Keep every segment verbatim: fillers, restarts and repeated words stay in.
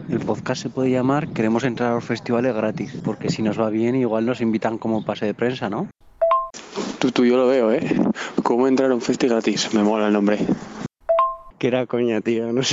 El podcast se puede llamar Queremos entrar a los festivales gratis, porque si nos va bien igual nos invitan como pase de prensa, ¿no? Tú, tú, yo lo veo, ¿eh? ¿Cómo entrar a un festi gratis? Me mola el nombre. Que era coña, tío, no sé.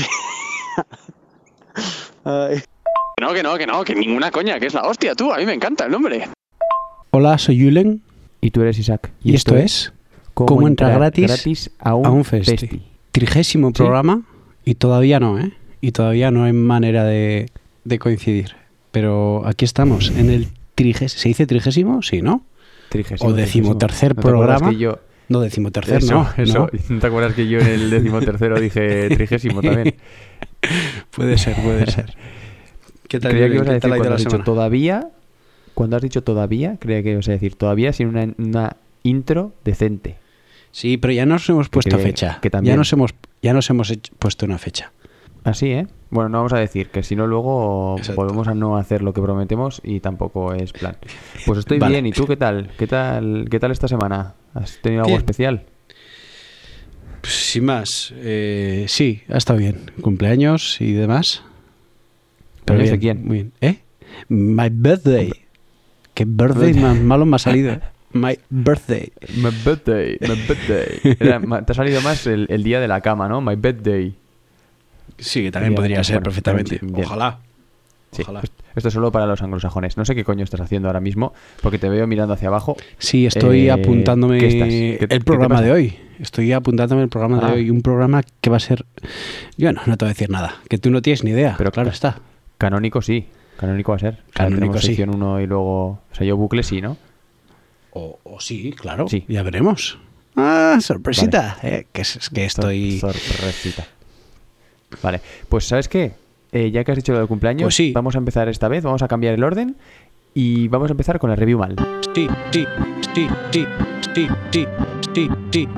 Ay. Que no, que no, que no, que ninguna coña, que es la hostia, tú. A mí me encanta el nombre. Hola, soy Julen. Y tú eres Isaac. Y, y esto, esto es Cómo, cómo entrar, entrar gratis, gratis a un, a un festi. festi. Trigésimo ¿Sí? programa y todavía no, ¿eh? Y todavía no hay manera de, de coincidir. Pero aquí estamos, en el trigésimo. ¿Se dice trigésimo? Sí, ¿no? Trigésimo. O decimotercer ¿No programa. Que yo... No, decimotercer, eso, no. Eso. ¿No? ¿Te acuerdas que yo en el decimotercero dije trigésimo también? Puede ser, puede ser. ¿Qué tal? Creía que ibas a decir cuando has dicho todavía, cuando has dicho todavía, creía que ibas a decir todavía sin una, una intro decente. Sí, pero ya nos hemos puesto que, fecha. Que también. Ya nos hemos, ya nos hemos hecho, puesto una fecha. Así, ¿eh? Bueno, no vamos a decir, que si no luego Exacto. volvemos a no hacer lo que prometemos y tampoco es plan. Pues estoy vale. bien, ¿y tú qué tal? ¿Qué tal qué tal esta semana? ¿Has tenido algo bien. especial? Pues, sin más, eh, sí, ha estado bien. Cumpleaños y demás. ¿Pero bien, de quién? Muy bien. ¿Eh? My birthday. ¿Qué birthday más malo me ha salido? My birthday. My birthday. My birthday. Era, te ha salido más el, el día de la cama, ¿no? My birthday. Sí, que también podría ser bueno, perfectamente. Bien. Ojalá. Sí. Ojalá. Esto es solo para los anglosajones. No sé qué coño estás haciendo ahora mismo, porque te veo mirando hacia abajo. Sí, estoy eh, apuntándome ¿qué estás? ¿Qué, el programa de hoy. Estoy apuntándome el programa ah. de hoy. Un programa que va a ser... Yo no, no te voy a decir nada. Que tú no tienes ni idea. Pero claro está. Canónico sí. Canónico va a ser. Canónico o sea, sí. Sección uno y luego... O sea, yo bucle sí, ¿no? O, o sí, claro. Sí. Ya veremos. Ah, sorpresita. Vale. Eh, que es que estoy... Sor sorpresita. Vale. Pues, ¿sabes qué? Eh, ya que has dicho lo del cumpleaños, pues sí. Vamos a empezar esta vez. Vamos a cambiar el orden. Y vamos a empezar con el review mal. Sí, sí, sí, sí, sí, sí, sí, sí.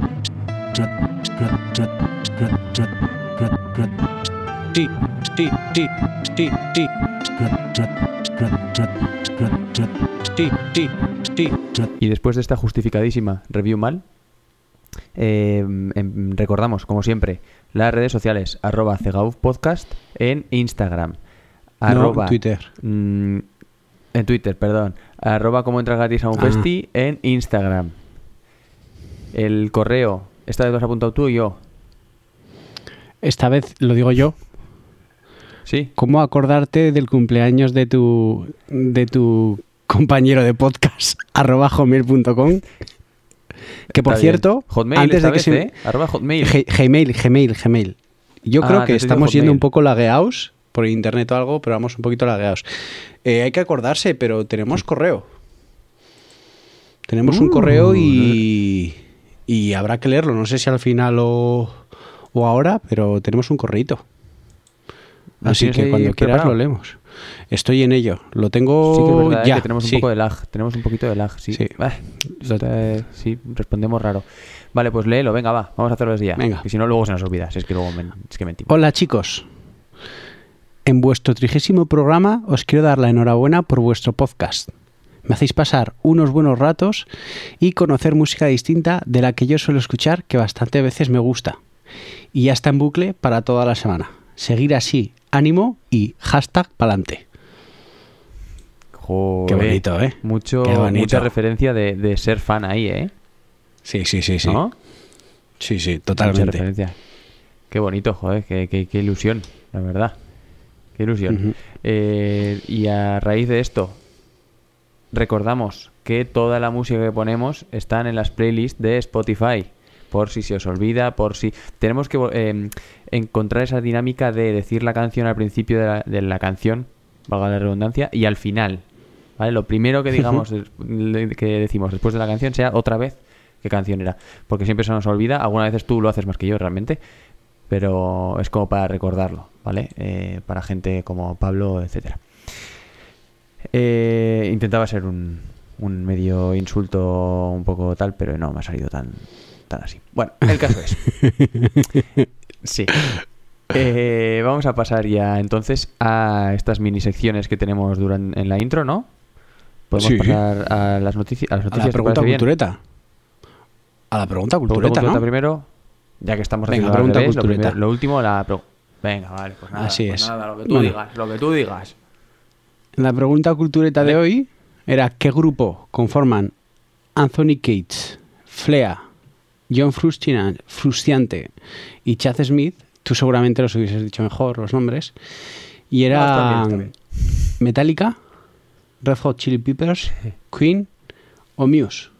Sí, sí, sí, sí, sí. Sí, sí, sí. Y después de esta justificadísima review mal, eh, em, recordamos, como siempre, las redes sociales, arroba cegauf podcast en Instagram. Arroba, no, Twitter. Mmm, en Twitter, perdón. Arroba como entrar gratis a un ah. festi en Instagram. El correo, esta vez lo has apuntado tú y yo. Esta vez lo digo yo. Sí. ¿Cómo acordarte del cumpleaños de tu de tu compañero de podcast? arroba hotmail punto com. Que por Está cierto, Hotmail antes de que vez, se ¿eh? Arroba Hotmail. G Gmail, Gmail, Gmail. Yo ah, creo que estamos yendo un poco lagueados por internet o algo, pero vamos un poquito lagueados. Eh, hay que acordarse, pero tenemos correo. Tenemos uh, un correo y y habrá que leerlo. No sé si al final o, o ahora, pero tenemos un correíto. Así que cuando quieras lo leemos. Estoy en ello. Lo tengo sí que es verdad, ya. ¿eh? Que tenemos un sí. poco de lag. Tenemos un poquito de lag, sí. Sí. Eh, sí, respondemos raro. Vale, pues léelo, venga, va. Vamos a hacerlo desde ya. Venga. Y si no, luego se nos olvida. Si es que luego men es que mentimos. Hola, chicos. En vuestro trigésimo programa os quiero dar la enhorabuena por vuestro podcast. Me hacéis pasar unos buenos ratos y conocer música distinta de la que yo suelo escuchar, que bastante veces me gusta. Y ya está en bucle para toda la semana. Seguir así, ánimo y hashtag pa'lante. Joder, qué bonito, ¿eh? Mucho, qué bonito. Mucha referencia de, de ser fan ahí, ¿eh? Sí, sí, sí, sí. ¿No? Sí, sí, totalmente. Mucha referencia. Qué bonito, joder, qué, qué, qué ilusión, la verdad. Qué ilusión. Uh-huh. eh, y a raíz de esto, recordamos que toda la música que ponemos están en las playlists de Spotify. Por si se os olvida, por si... Tenemos que eh, encontrar esa dinámica de decir la canción al principio de la, de la canción, valga la redundancia, y al final, ¿vale? Lo primero que digamos, que decimos después de la canción sea otra vez qué canción era. Porque siempre se nos olvida. Algunas veces tú lo haces más que yo realmente, pero es como para recordarlo, ¿vale? Eh, para gente como Pablo, etcétera. Eh, intentaba ser un, un medio insulto un poco tal, pero no me ha salido tan... tan así. Bueno, el caso es... Sí. Eh, vamos a pasar ya entonces a estas mini secciones que tenemos durante, en la intro, ¿no? Podemos sí. pasar a las noticias. A, las noticias a la pregunta cultureta. A la pregunta cultureta, pregunta ¿no? primero, ya que estamos Venga, haciendo pregunta al revés, cultureta. Lo, primero, lo último, la... Pro... Venga, vale, pues nada. Así pues es. Nada, lo que tú Bueno. digas, lo que tú digas. La pregunta cultureta de hoy era ¿qué grupo conforman Anthony Cates, Flea, John Frusciante, Frusciante y Chad Smith? Tú seguramente los hubieses dicho mejor, los nombres. Y No, era está bien, está bien. Metallica, Red Hot Chili Peppers, Queen o Muse.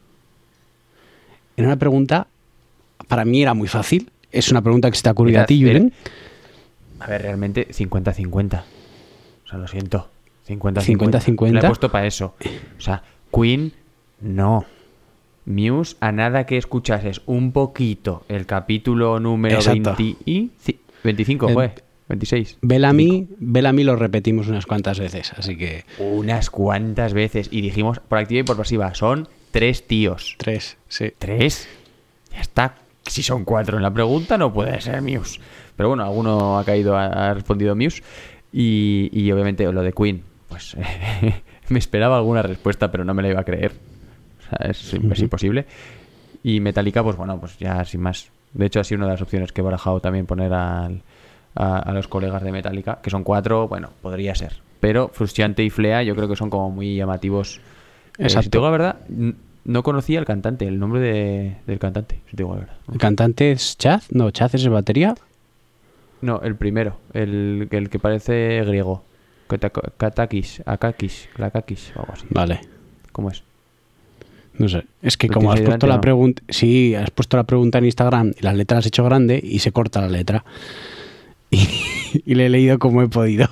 Era una pregunta, para mí era muy fácil. Es una pregunta que se te ha ocurrido a ti, Era- Julen. A ver, realmente cincuenta cincuenta. O sea, lo siento. cincuenta cincuenta cincuenta. La he puesto para eso. O sea, Queen, no. Muse, a nada que escuchases un poquito el capítulo número Exacto. veinte y... sí, veinticinco El- fue. veintiséis. Bellamy, Bellamy lo repetimos unas cuantas veces, así que Unas cuantas veces. Y dijimos, por activa y por pasiva, son tres tíos. tres, sí. ¿Tres? Ya está. Si son cuatro en la pregunta, no puede ser Muse. Pero bueno, alguno ha caído, ha, ha respondido Muse. Y, y obviamente lo de Queen, pues me esperaba alguna respuesta, pero no me la iba a creer. O sea, es, es Ujú. imposible. Y Metallica, pues bueno, pues ya sin más. De hecho, ha sido una de las opciones que he barajado también poner al, a, a los colegas de Metallica, que son cuatro, bueno, podría ser. Pero Frusciante y Flea yo creo que son como muy llamativos. Eh, Exacto. si te digo la verdad, n- no conocía al cantante, el nombre de, del cantante, si te digo la verdad. ¿El cantante es Chad? No, Chad es el batería. No, el primero, el, el que parece griego. Kata- Katakis, Akakis, Klakakis o algo así. Vale, ¿Cómo es? no sé. Es que ¿Lo como has tienes ahí puesto delante, la no? pregunta... Sí, has puesto la pregunta en Instagram y las letras has hecho grande y se corta la letra. Y, y le he leído como he podido.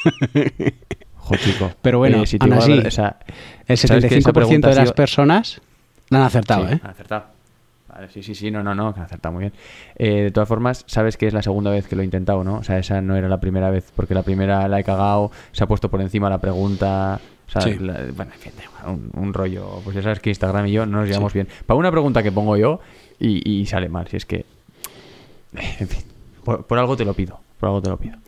Jo, chico. Pero bueno, Eh, si te aún digo la así, verdad, esa- El ¿sabes que setenta y cinco por ciento esa pregunta de ha las sido- personas la han acertado, Sí, ¿eh? han acertado. Vale, sí, sí, sí, no, no, no, que han acertado muy bien. Eh, de todas formas, sabes que es la segunda vez que lo he intentado, ¿no? O sea, esa no era la primera vez, porque la primera la he cagado, se ha puesto por encima la pregunta. O sea, Sí. la- bueno, en fin, da igual, un, un rollo. Pues ya sabes que Instagram y yo no nos llevamos bien. Para una pregunta que pongo yo y, y sale mal, si es que. En fin, por, por algo te lo pido. Por algo te lo pido.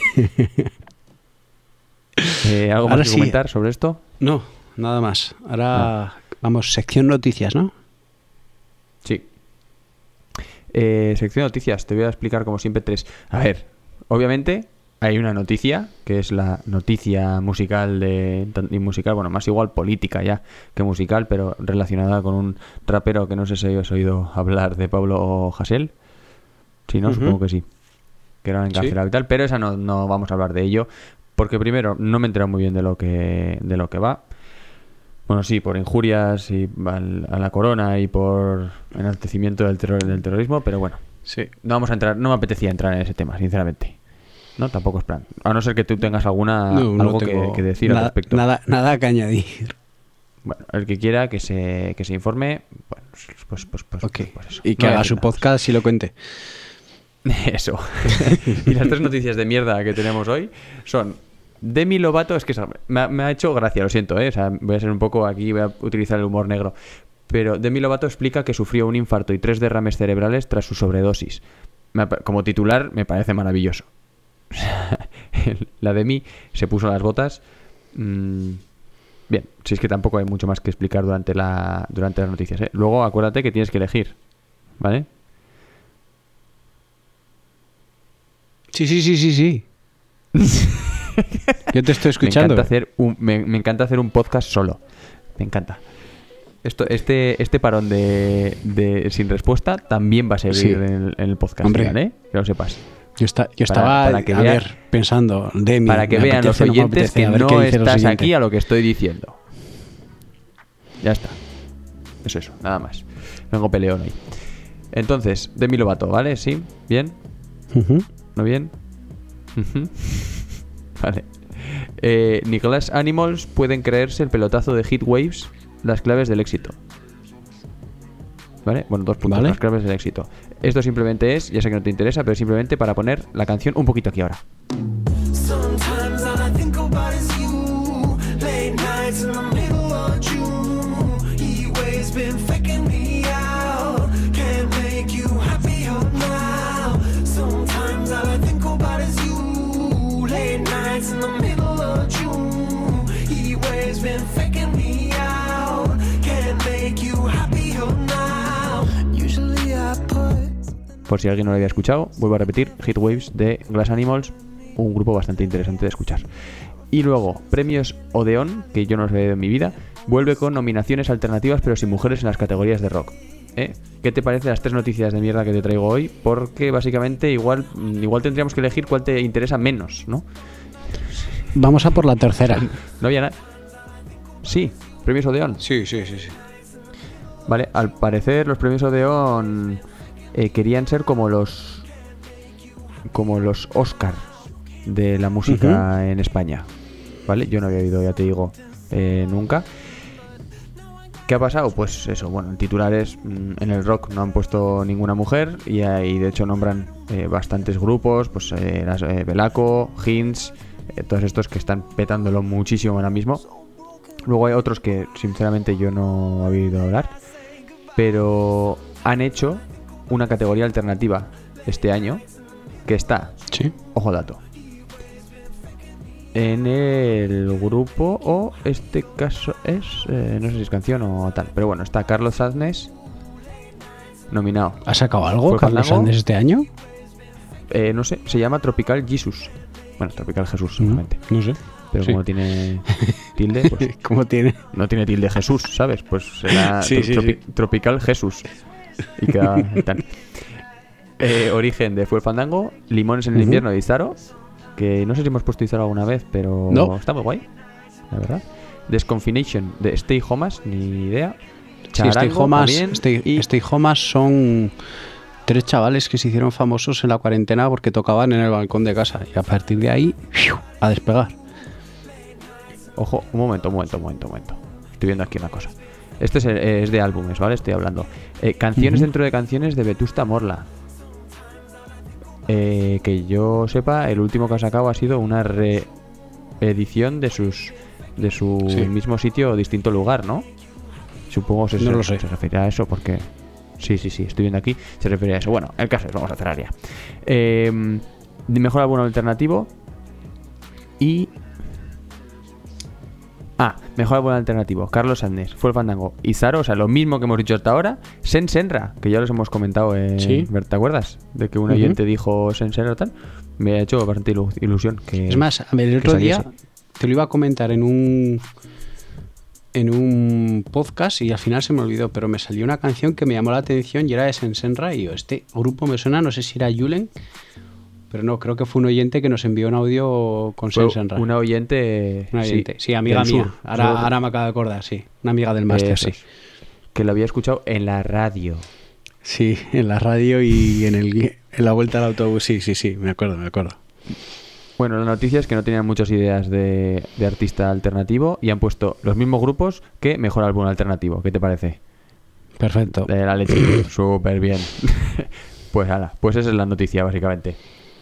Eh, ¿Algo más Ahora que sí. comentar sobre esto? No, nada más. Ahora vamos, sección noticias, ¿no? Sí. Eh, sección de noticias. Te voy a explicar como siempre tres. A ver, obviamente hay una noticia, que es la noticia musical de... Y musical, bueno, más igual política ya que musical, pero relacionada con un rapero que no sé si has oído hablar de Pablo Hasél. Sí, ¿no? Ujú. Supongo que sí. Que era encarcelado y tal, pero esa no, no vamos a hablar de ello. Porque primero, no me he enterado muy bien de lo que, de lo que va. Bueno, sí, por injurias y al- a la corona y por enaltecimiento del, terror, del terrorismo, pero bueno, Sí. no vamos a entrar, no me apetecía entrar en ese tema, sinceramente. No, tampoco es plan. A no ser que tú tengas alguna No, no algo tengo que, que decir al nada, respecto. Nada, nada que añadir. Bueno, el que quiera que se, que se informe, bueno, pues, pues, pues, Ok. pues, pues eso. Y que No voy a haga decir su nada. podcast y lo cuente. Eso. Y las tres noticias de mierda que tenemos hoy son Demi Lovato, es que esa- me, ha, me ha hecho gracia, lo siento, ¿eh? O sea, voy a ser un poco aquí, voy a utilizar el humor negro. Pero Demi Lovato explica que sufrió un infarto y tres derrames cerebrales tras su sobredosis. Me ha pa- como titular me parece maravilloso. La Demi se puso las botas. Mm, bien, si es que tampoco hay mucho más que explicar durante, la, durante las noticias, ¿eh? Luego acuérdate que tienes que elegir, ¿vale? Sí, sí, sí, sí, sí. Yo te estoy escuchando. Me encanta hacer un, me, me encanta hacer un podcast solo. Me encanta. Esto, este, este parón de, de sin respuesta también va a seguir Sí. en, el, en el podcast, Hombre. final, ¿eh? Que lo sepas. Yo, está- yo Para- estaba, para que a vea- ver, pensando, Demi, Para que me vean los apetece, no me oyentes apetece, que a ver qué no dice lo estás siguiente. aquí a lo que estoy diciendo. Ya está. Es eso, nada más. Vengo peleón hoy. Entonces, Demi Lovato, ¿vale? ¿Sí? ¿Bien? Ujú. ¿No bien? Ujú. Vale. Eh, ni Glass Animals pueden creerse el pelotazo de Heat Waves, las claves del éxito. ¿Vale? Bueno, dos puntos, Vale. las claves del éxito. Esto simplemente es, ya sé que no te interesa, pero simplemente para poner la canción un poquito aquí ahora. Sometimes all I think about is you. Late nights in the middle of June. He waves been faking me out. Can't make you happier now. Sometimes all I think about is you. Late nights in the middle of June. He waves been faking me out. Can't make you happier now. Usually I put por si alguien no lo había escuchado, vuelvo a repetir, Heatwaves de Glass Animals, un grupo bastante interesante de escuchar. Y luego, premios Odeón, que yo no los he visto en mi vida, vuelve con nominaciones alternativas pero sin mujeres en las categorías de rock. ¿Eh? ¿Qué te parece las tres noticias de mierda que te traigo hoy? Porque básicamente igual, igual tendríamos que elegir cuál te interesa menos, ¿no? Vamos a por la tercera. No había nada. Sí, premios Odeón. Sí, sí, sí, sí. Vale, al parecer los premios Odeón eh, querían ser como los como los Oscar de la música uh-huh. en España. Vale, yo no había oído, ya te digo, eh, nunca. ¿Qué ha pasado? Pues eso, bueno, en titulares en el rock no han puesto ninguna mujer y, y de hecho nombran eh, bastantes grupos, pues eh, las, eh, Belaco, Hints, eh, todos estos que están petándolo muchísimo ahora mismo. Luego hay otros que sinceramente yo no había oído hablar, pero han hecho una categoría alternativa este año que está, ¿sí? Ojo dato, en el grupo, o este caso es, eh, no sé si es canción o tal, pero bueno, está Carlos Sadness nominado. ¿Ha sacado algo ¿Fue Carlos Fandango? Sadness este año? Eh, no sé, se llama Tropical Jesus. Bueno, Tropical Jesús, seguramente. No, no sé. Pero Sí. como tiene tilde, pues ¿Cómo tiene? no tiene tilde Jesús, ¿sabes? Pues será Sí, tro- sí, tropi- sí. Tropical Jesús. Y queda tal. Eh, origen de Fue el Fandango, Limones en el Ujú. invierno de Izaro, que no sé si hemos puesto Izaro alguna vez, pero No. está muy guay, la verdad. Desconfination de Stay Homas, ni idea. Sí, Stay Charango Homas, también, Stay, y Stay Homas son tres chavales que se hicieron famosos en la cuarentena porque tocaban en el balcón de casa y a partir de ahí ¡fiu!, a despegar. Ojo, un momento, un momento, un momento, un momento. Estoy viendo aquí una cosa. Este es, el- es de álbumes, ¿vale? Estoy hablando. Eh, canciones Ujú. dentro de canciones de Vetusta Morla. Eh, que yo sepa, el último que ha sacado ha sido una reedición de sus de su Sí. mismo sitio o distinto lugar, ¿no? Supongo que se, No lo se, sé. se referirá a eso porque... Sí, sí, sí, estoy viendo aquí. Se refería a eso. Bueno, el caso es, vamos a cerrar ya. Eh, mejor álbum alternativo y... Ah, mejor álbum alternativo. Carlos Sadness, Fue el Fandango, Izaro, o sea, lo mismo que hemos dicho hasta ahora. Sen Senra, que ya los hemos comentado. En, Sí. ¿te acuerdas? De que un Ujú. oyente dijo Sen Senra tal. Me ha hecho bastante ilu- ilusión. Que, Es más, a ver, el que otro día saliese. te lo iba a comentar en un en un podcast y al final se me olvidó, pero me salió una canción que me llamó la atención y era de Sensenra y yo, este grupo me suena, no sé si era Yulen, pero no, creo que fue un oyente que nos envió un audio con Fue Sensenra. una oyente. Una sí, oyente, sí, amiga del mía. sur. Ahora, Sur. ahora me acabo de acordar, sí. Una amiga del máster, Eso sí. es. Que lo había escuchado en la radio. Sí, en la radio y en el en la vuelta al autobús, sí, sí, sí, me acuerdo, me acuerdo. Bueno, la noticia es que no tenían muchas ideas de, de artista alternativo y han puesto los mismos grupos que mejor álbum alternativo. ¿Qué te parece? Perfecto. De la leche. Súper bien. Pues ala, pues esa es la noticia básicamente.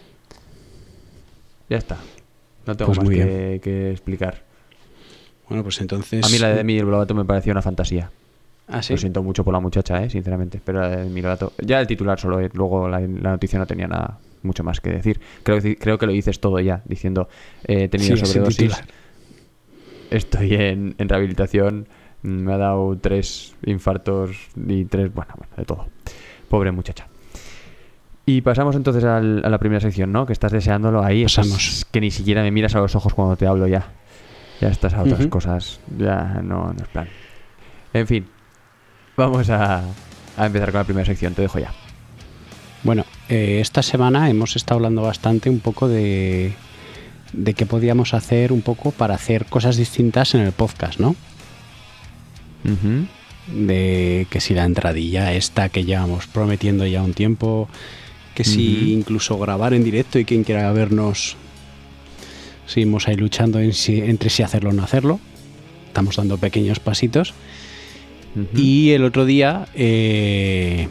Ya está. No tengo Pues más muy que, que explicar. Bueno, pues entonces... A mí la de Demi Lovato me pareció una fantasía. ¿Ah, sí? Lo siento mucho por la muchacha, eh, sinceramente. Pero la de Demi Lovato... Ya el titular solo, eh, luego la, la noticia no tenía nada mucho más que decir. Creo, que- creo que lo dices todo ya, diciendo eh, he tenido Sí, ese sobredosis, titular. estoy en, en rehabilitación, me ha dado tres infartos y tres... Bueno, bueno, de todo. Pobre muchacha. Y pasamos entonces al- a la primera sección, ¿no? Que estás deseándolo ahí. Pasamos. estás- que ni siquiera me miras a los ojos cuando te hablo ya. Ya estás a otras Ujú. cosas. Ya no, no es plan. En fin. Vamos a, a empezar con la primera sección. Te dejo ya. Bueno, eh, esta semana hemos estado hablando bastante un poco de, de qué podíamos hacer un poco para hacer cosas distintas en el podcast, ¿no? Ujú. De que si la entradilla esta que llevamos prometiendo ya un tiempo, que si Ujú. incluso grabar en directo y quien quiera vernos, seguimos ahí luchando en si, entre si hacerlo o no hacerlo. Estamos dando pequeños pasitos. Ujú. Y el otro día eh,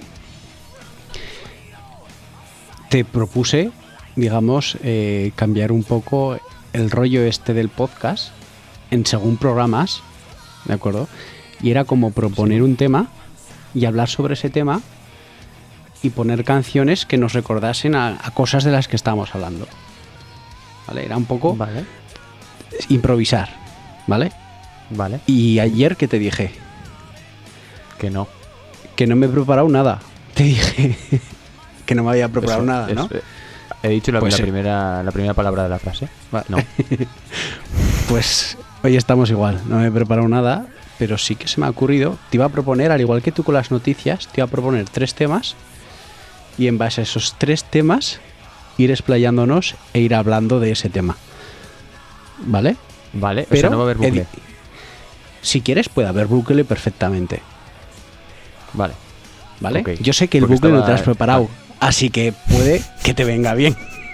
te propuse, digamos, eh, cambiar un poco el rollo este del podcast en según programas, ¿de acuerdo? Y era como proponer un tema y hablar sobre ese tema y poner canciones que nos recordasen a, a cosas de las que estábamos hablando. ¿Vale? Era un poco Vale. improvisar, ¿vale? Vale. Y ayer que te dije Que no. que no me he preparado nada, te dije, que no me había preparado Eso, nada, ¿no? es- he dicho la, Pues la sí. primera, la primera palabra de la frase. Vale. No. Pues hoy estamos igual, no me he preparado nada, pero sí que se me ha ocurrido. Te iba a proponer, al igual que tú con las noticias, te iba a proponer tres temas y en base a esos tres temas ir explayándonos e ir hablando de ese tema. ¿Vale? Vale, o Pero sea, no va a haber bucle. edi- si quieres puede haber bucle perfectamente, Vale. ¿vale? Ok. Yo sé que el Porque bucle no te lo estaba- has preparado, así que puede que te venga bien.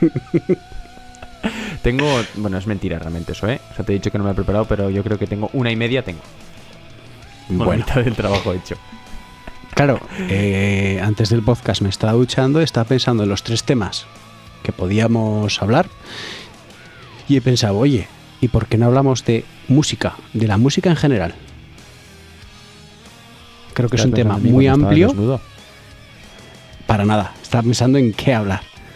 Tengo, bueno, es mentira realmente eso, ¿eh? O sea, te he dicho que no me he preparado, pero yo creo que tengo una y media tengo. Con la Bueno, mitad del trabajo hecho. claro, eh, antes del podcast me estaba duchando, estaba pensando en los tres temas que podíamos hablar y he pensado, oye, ¿y por qué no hablamos de música, de la música en general? Creo que es un Estaba tema pensando en mí muy cuando estabas amplio. desnudo. Para nada, estaba pensando en qué hablar.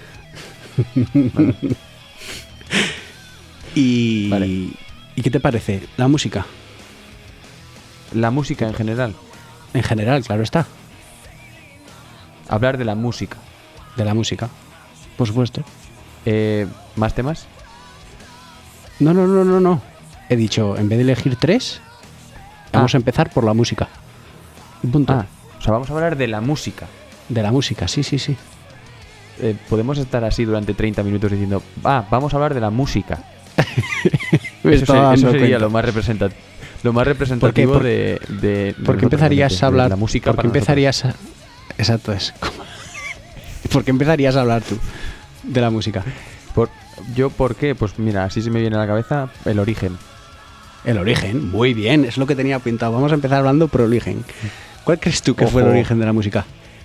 y, Vale. ¿Y qué te parece la música? La música en general. En general, claro está, Hablar de la música. de la música, por supuesto. Eh, ¿Más temas? No, no, no, no, no. He dicho, en vez de elegir tres, vamos Ah. a empezar por la música. Y punto. Ah, o sea, vamos a hablar de la música. De la música, sí, sí, sí. Eh, podemos estar así durante treinta minutos diciendo, ah, vamos a hablar de la música. Me Eso, estaba se- eso dando sería cuenta. lo más representativo. Lo más representativo ¿Por qué? de, de, de ¿Por qué nosotros, empezarías realmente, a hablar? de la música ¿Por qué para nosotros. empezarías a... Exacto, es como... ¿Por qué empezarías a hablar tú de la música? Por, ¿Yo por qué? Pues mira, así se me viene a la cabeza el origen. El origen, muy bien, es lo que tenía pintado. Vamos a empezar hablando por origen. ¿Cuál crees tú que fue el Ojo. origen de la música?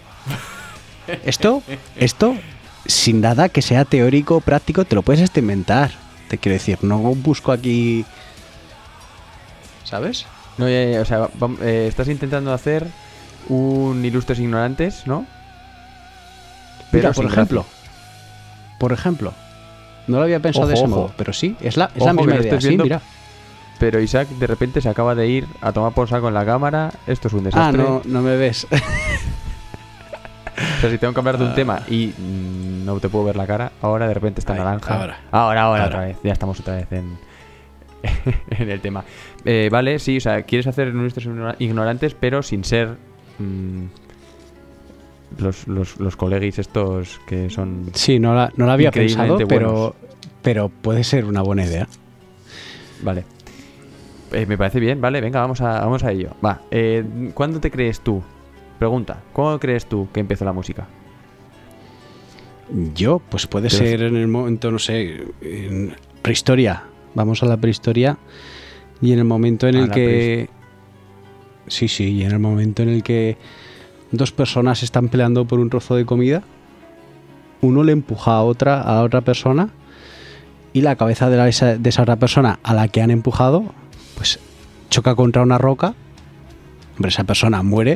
Esto, esto, sin nada que sea teórico o práctico, te lo puedes hasta inventar. Te quiero decir, no busco aquí... ¿Sabes? No, ya, ya, o sea, vam- eh, estás intentando hacer un Ilustres Ignorantes, ¿no? Mira, sin por ejemplo, gracia. por ejemplo, no lo había pensado Ojo, de ese ojo. modo, pero sí, es la, es Ojo, la que misma lo idea. estés Sí, viendo. mira. Pero Isaac de repente se acaba de ir a tomar por saco en la cámara. Esto es un Ah, desastre. no, no me ves. O sea, si tengo que hablar de un tema y mm, no te puedo ver la cara, ahora de repente está Ahí, naranja. ahora. ahora, ahora, Ahora. otra vez. Ya estamos otra vez en, en el tema. Eh, vale, sí, o sea, quieres hacer nuestros ignorantes, pero sin ser mm, los, los, los coleguis estos que son... Sí, no la, no la había pensado, Increíblemente pero, pero puede ser una buena idea. Vale. Eh, me parece bien, vale, venga, vamos a, vamos a ello. Va, eh, ¿cuándo te crees tú? Pregunta, ¿cuándo crees tú que empezó la música? Yo, pues puede Pero- ser en el momento, no sé, en prehistoria. Vamos a la prehistoria y en el momento en A el la que... Sí, sí, y en el momento en el que dos personas están peleando por un trozo de comida, uno le empuja a otra, a otra persona y la cabeza de, la- esa, de esa otra persona a la que han empujado, pues choca contra una roca. Hombre, esa persona muere,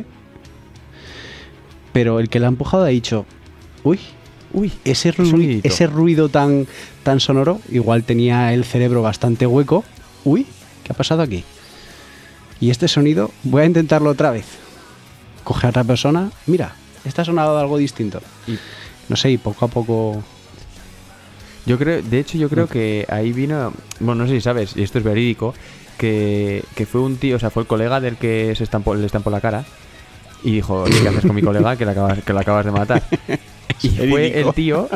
pero el que la ha empujado ha dicho, uy, Uy, ese, qué ru- sonidito. ese ruido tan, tan sonoro, igual tenía el cerebro bastante hueco. Uy, ¿qué ha pasado aquí? Y este sonido, voy a intentarlo otra vez. Coge a otra persona, mira, este ha sonado algo distinto. Y- No sé, y poco a poco... Yo creo, de hecho, yo creo que ahí vino, bueno, no sé si sabes, y esto es verídico, que, que fue un tío, o sea, fue el colega del que se estampó, le estampó la cara y dijo, oye, ¿qué haces con mi colega que la acabas, que la acabas de matar? Y fue verídico. el tío,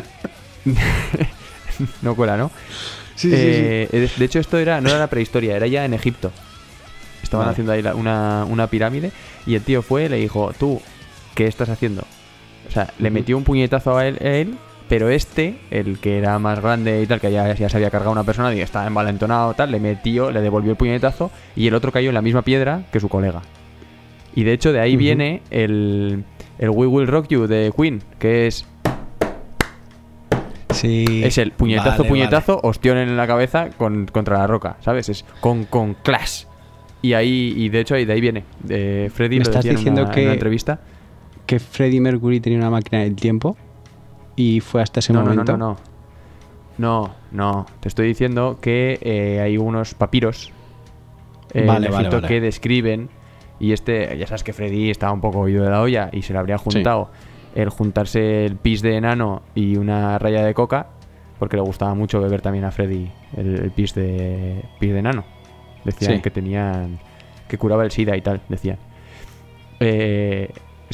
no cuela, ¿no? Sí, Eh, de- De hecho, esto era no era la prehistoria, era ya en Egipto. Estaban Vale. haciendo ahí la- una, una pirámide y el tío fue y le dijo, tú, ¿qué estás haciendo? O sea, le Ujú. metió un puñetazo a él, a él, pero este, el que era más grande y tal, que ya, ya se había cargado una persona y estaba envalentonado, tal, le metió, le devolvió el puñetazo y el otro cayó en la misma piedra que su colega. Y de hecho, de ahí Ujú. viene el, el We Will Rock You de Queen, que es, Sí. es el puñetazo, Vale, puñetazo, ostión en la cabeza con, contra la roca, ¿sabes? Es con, con clash. Y ahí, y de hecho, ahí, de ahí viene. De Freddy ¿Me lo estás decía en diciendo una, que- en una entrevista. vale. Que Freddie Mercury tenía una máquina del tiempo y fue hasta ese No, no, no, momento. no, no. No, no. Te estoy diciendo que eh, hay unos papiros eh, Vale, en vale, Egipto vale. que describen. Y este, ya sabes que Freddy estaba un poco oído de la olla y se le habría juntado el juntarse el pis de enano y una raya de coca, porque le gustaba mucho beber también a Freddy el, el pis de pis de enano. Decían Sí. que tenían, que curaba el SIDA y tal, decían. Eh,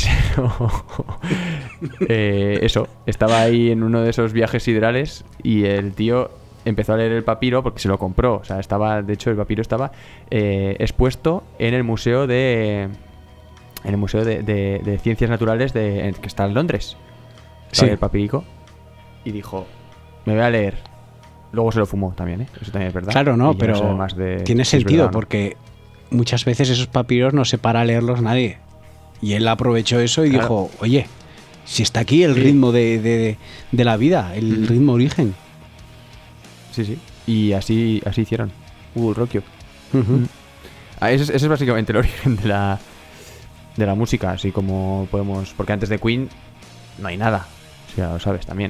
eh, eso, estaba ahí en uno de esos viajes siderales y el tío empezó a leer el papiro porque se lo compró. O sea, estaba, de hecho, el papiro estaba eh, expuesto en el museo de, en el museo de, de, de ciencias naturales de, que está en Londres. Sí. El papirico y dijo, me voy a leer. Luego se lo fumó también, ¿eh? Eso también es verdad. Claro, no, Y ya pero sé más de tiene si es sentido verdad o no. porque muchas veces esos papiros no se para a leerlos nadie. Y él aprovechó eso y Claro. dijo, oye, si está aquí el Sí. ritmo de, de, de la vida, el Mm. ritmo origen. Sí, sí. Y así, así hicieron. Hugo Rocchio. Ujú. Ah, ese, es- ese es básicamente el origen de la de la música, así como podemos. Porque antes de Queen no hay nada. O sea, lo sabes también.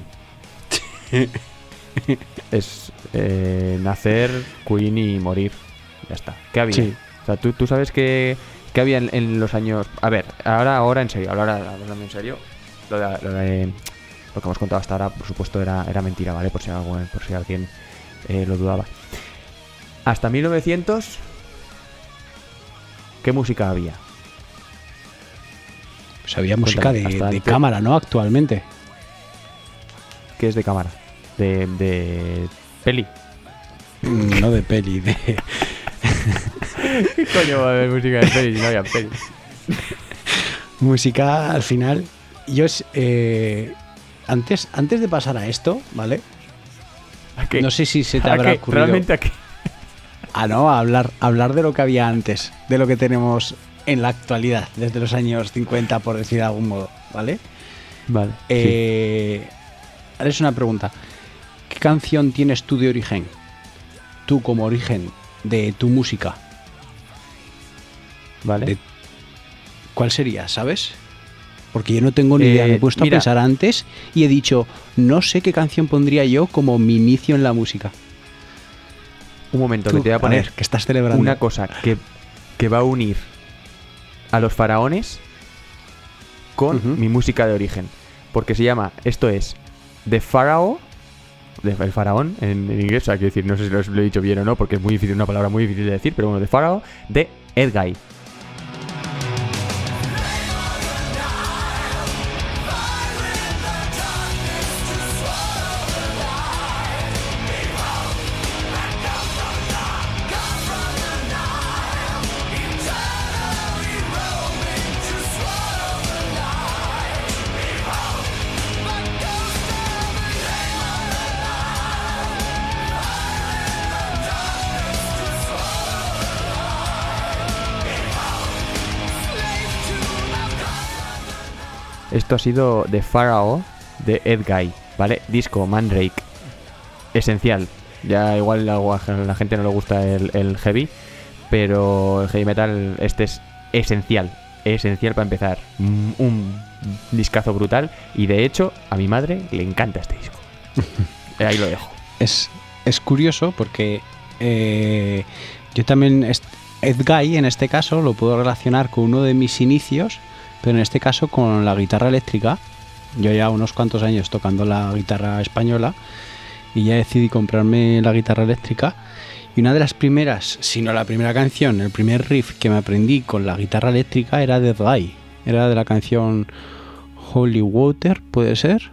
Es eh, nacer, Queen y morir. Ya está. ¿Qué había? Sí. O sea, tú, tú sabes que, que había en, en los años. A ver, ahora, ahora en serio, ahora hablando en serio. Lo de, lo de lo que hemos contado hasta ahora, por supuesto, era, era mentira, ¿vale? Por si, algo, por si alguien eh, lo dudaba. Hasta mil novecientos, ¿qué música había? Pues había música de, Cuéntame, hasta de antes- cámara, ¿no? Actualmente. ¿Qué es de cámara? De, de peli. Mm, No de peli, de... ¿Qué coño va a haber música de peli si no había peli? música al final. Yo es, eh, antes, antes de pasar a esto, ¿vale? ¿A qué? No sé si se te ¿A habrá qué? ocurrido. ¿Realmente a qué? Ah, no, a hablar, a hablar de lo que había antes, de lo que tenemos en la actualidad, desde los años cincuenta, por decir de algún modo, ¿vale? Vale. Eh, ahora es una pregunta. ¿Qué canción tienes tú de origen? Tú como origen de tu música. sí. Vale. de- ¿Cuál sería, sabes? Porque yo no tengo ni idea. Eh, Me he puesto mira. a pensar antes y he dicho, no sé qué canción pondría yo como mi inicio en la música. Un momento, Tú, que te voy a poner ver, que estás celebrando. una cosa que, que va a unir a los faraones con Ujú. mi música de origen. Porque se llama, esto es The Pharaoh, de- el faraón en, en inglés, o sea, quiero decir, no sé si lo, lo he dicho bien o no, porque es muy difícil, una palabra muy difícil de decir, pero bueno, The Pharaoh de Edguy. Esto ha sido The Pharaoh de Edguy, ¿vale? Disco Mandrake. Esencial. Ya igual a la gente no le gusta el, el heavy, pero el heavy metal este es esencial. Esencial para empezar. Un, un discazo brutal. Y de hecho, a mi madre le encanta este disco. Ahí lo dejo. Es, es curioso porque eh, yo también, est- Edguy en este caso lo puedo relacionar con uno de mis inicios, pero en este caso con la guitarra eléctrica. Yo ya unos cuantos años tocando la guitarra española y ya decidí comprarme la guitarra eléctrica. Y una de las primeras, si no la primera canción, el primer riff que me aprendí con la guitarra eléctrica era de Edguy. Era de la canción Holy Water, puede ser.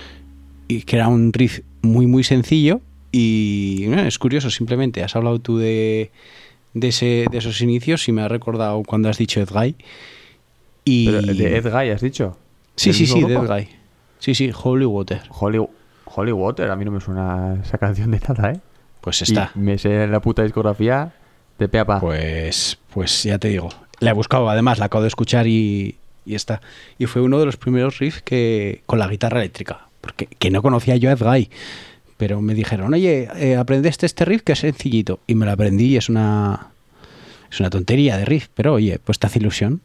Y que era un riff muy muy sencillo. Y bueno, es curioso, simplemente has hablado tú de, de, ese, de esos inicios y me ha recordado cuando has dicho Edguy. Y... Pero, ¿de Edguy has dicho? Sí, ¿Del sí, mismo sí, de grupo? Edguy. Sí, sí, Holy Water. Holy, Holy Water, a mí no me suena esa canción de nada, ¿eh? Pues está. Y me sé la puta discografía de pe a pa. Pues, pues ya te digo. La he buscado, además, la acabo de escuchar y, y está. Y fue uno de los primeros riffs que con la guitarra eléctrica. Porque que no conocía yo a Edguy. Pero me dijeron, oye, eh, aprendiste este riff que es sencillito. Y me lo aprendí y es una, es una tontería de riff. Pero oye, pues te hace ilusión.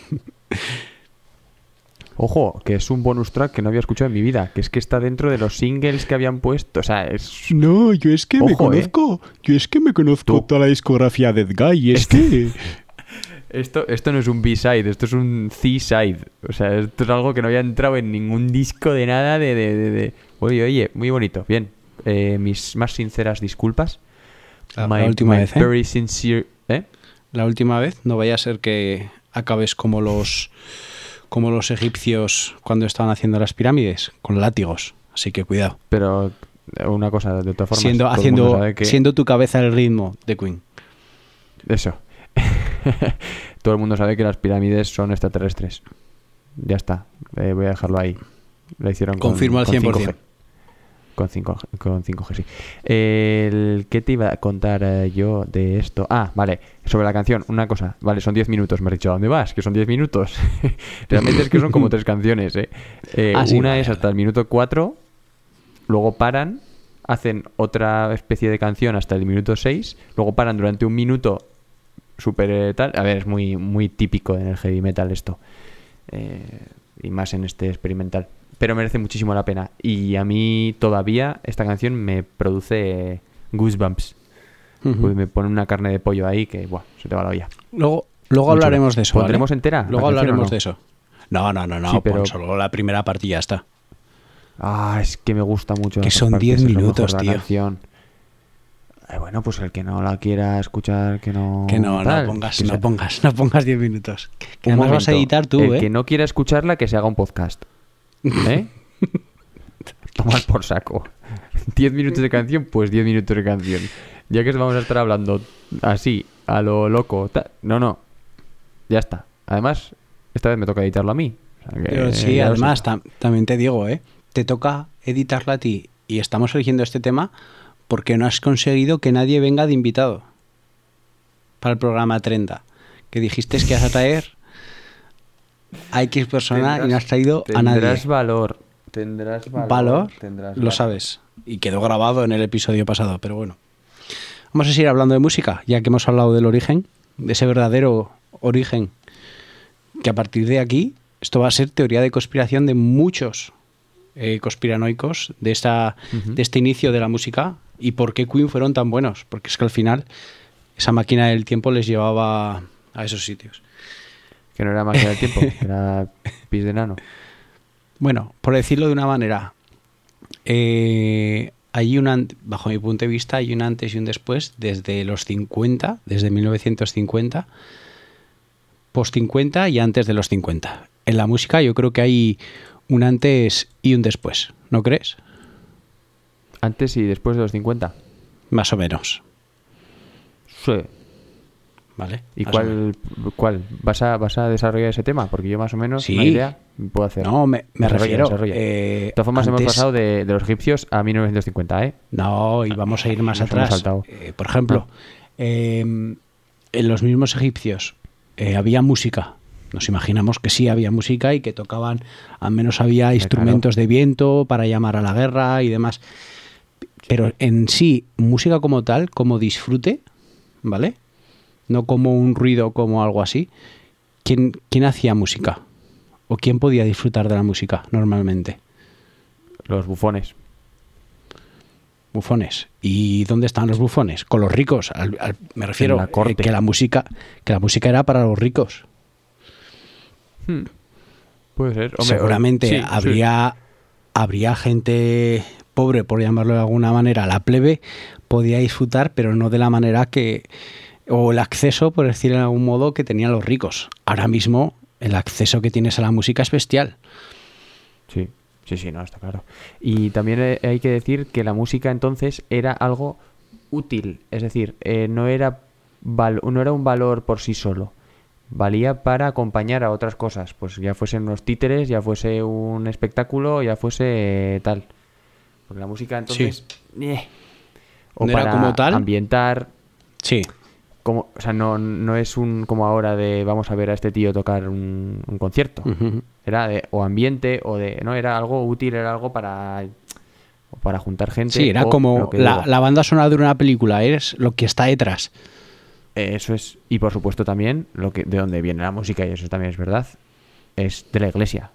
Ojo, que es un bonus track que no había escuchado en mi vida, que es que está dentro de los singles que habían puesto, o sea, es... No, yo es que me Ojo, conozco- yo es que me conozco Tú. toda la discografía de Edguy. Y es que... Esto, esto no es un B-side, esto es un C-side. O sea, esto es algo que no había entrado en ningún disco de nada de... de, de, de... Oye, oye, muy bonito, bien. Eh, mis más sinceras disculpas. La, my, la última my vez, ¿eh? very sincere... ¿Eh? La última vez, no vaya a ser que acabes como los como los egipcios cuando estaban haciendo las pirámides, con látigos. Así que cuidado. Pero una cosa, de todas formas... Siendo, todo el haciendo, mundo sabe que... siendo tu cabeza el ritmo de Queen. Eso. Todo el mundo sabe que las pirámides son extraterrestres. Ya está. Eh, voy a dejarlo ahí. Lo hicieron con, Confirmo al con cien por cinco G. ciento. Con cinco G, con cinco G, sí. El, ¿Qué te iba a contar eh, yo de esto? Ah, vale. Sobre la canción, una cosa. Vale, son diez minutos. Me has dicho, ¿a dónde vas? Que son diez minutos. Realmente es que son como tres canciones, ¿eh? eh ah, sí, una vale, es vale. hasta el minuto cuatro. Luego paran. Hacen otra especie de canción hasta el minuto seis. Luego paran durante un minuto. Súper eh, tal. A ver, es muy, muy típico en el heavy metal esto. Eh, y más en este experimental. Pero merece muchísimo la pena. Y a mí todavía esta canción me produce goosebumps. Uh-huh. Pues me pone una carne de pollo ahí que buah, se te va la olla. Luego, luego Mucho hablaremos más. de eso. ¿Pondremos ¿vale? entera? Luego ¿La canción hablaremos o no? de eso. No, no, no, no. Sí, pero- pon solo la primera parte y ya está. Ah, es que me gusta mucho. Que esas son partes, diez es lo mejor minutos, de la tío. canción. Eh, bueno, pues el que no la quiera escuchar, que no... Que no, tal, no pongas, que no se- pongas, no pongas diez minutos. Que, que Un además vas a momento. editar tú, el ¿eh? que no quiera escucharla, que se haga un podcast. ¿Eh? Tomar por saco. diez minutos de canción, pues diez minutos de canción. Ya que vamos a estar hablando así, a lo loco. ta- No, no. Ya está. Además, esta vez me toca editarlo a mí. O sea que Pero sí, ya lo además, sé. tam- también te digo, ¿eh? Te toca editarla a ti y estamos eligiendo este tema porque no has conseguido que nadie venga de invitado para el programa treinta. Que dijiste que vas a traer a X persona y no has traído a nadie. Tendrás valor. Tendrás valor. Valor, tendrás lo valor. sabes. Y quedó grabado en el episodio pasado, pero bueno. Vamos a seguir hablando de música, ya que hemos hablado del origen, de ese verdadero origen, que a partir de aquí, esto va a ser teoría de conspiración de muchos eh, conspiranoicos de, esta, Ujú. de este inicio de la música y por qué Queen fueron tan buenos, porque es que al final esa máquina del tiempo les llevaba a esos sitios. Que no era máquina del tiempo, era pis de nano. Bueno, por decirlo de una manera, eh, hay un ant- bajo mi punto de vista hay un antes y un después desde los cincuenta, desde mil novecientos cincuenta, post cincuenta y antes de los cincuenta. En la música yo creo que hay un antes y un después, ¿no crees? Antes y después de los cincuenta. Más o menos, Sí. ¿vale? ¿Y Más o menos. cuál, cuál? ¿Vas a, ¿Vas a desarrollar ese tema? Porque yo más o menos Sí. una idea puedo hacer. No, me, me Desarrolla, refiero... desarrolla. eh, De todas formas, hemos antes- pasado de, de los egipcios a mil novecientos cincuenta, ¿eh? No, y vamos a ir más Nos hemos atrás. saltado. Eh, por ejemplo, eh, en los mismos egipcios eh, había música. Nos imaginamos que sí había música y que tocaban, al menos había instrumentos de viento para llamar a la guerra y demás. Pero en sí, música como tal, como disfrute, ¿vale? No como un ruido, como algo así. ¿Quién, quién hacía música? ¿O quién podía disfrutar de la música normalmente? Los bufones. Bufones. ¿Y dónde están los bufones? Con los ricos. Al- al- me refiero la corte. eh, que la música que la música era para los ricos. Hmm. Puede ser. Hombre, Seguramente sí, sí. habría habría gente pobre, por llamarlo de alguna manera, la plebe podía disfrutar, pero no de la manera que o el acceso, por decir de algún modo, que tenían los ricos. Ahora mismo el acceso que tienes a la música es bestial. Sí, sí, sí, no, está claro. Y también eh, hay que decir que la música entonces era algo útil, es decir, eh, no era val- no era un valor por sí solo. Valía para acompañar a otras cosas, pues ya fuesen unos títeres, ya fuese un espectáculo, ya fuese eh, tal. Porque la música entonces... eh. O No era para como tal. ambientar... Sí. Como, o sea, no, no es un como ahora de vamos a ver a este tío tocar un, un concierto. Ujú. Era de o ambiente o de... No, era algo útil, era algo para... o para juntar gente. Sí, era o como lo que la, digo. la banda sonora de una película, es lo que está detrás. Eso es. Y por supuesto también lo que de dónde viene la música, y eso también es verdad, es de la iglesia.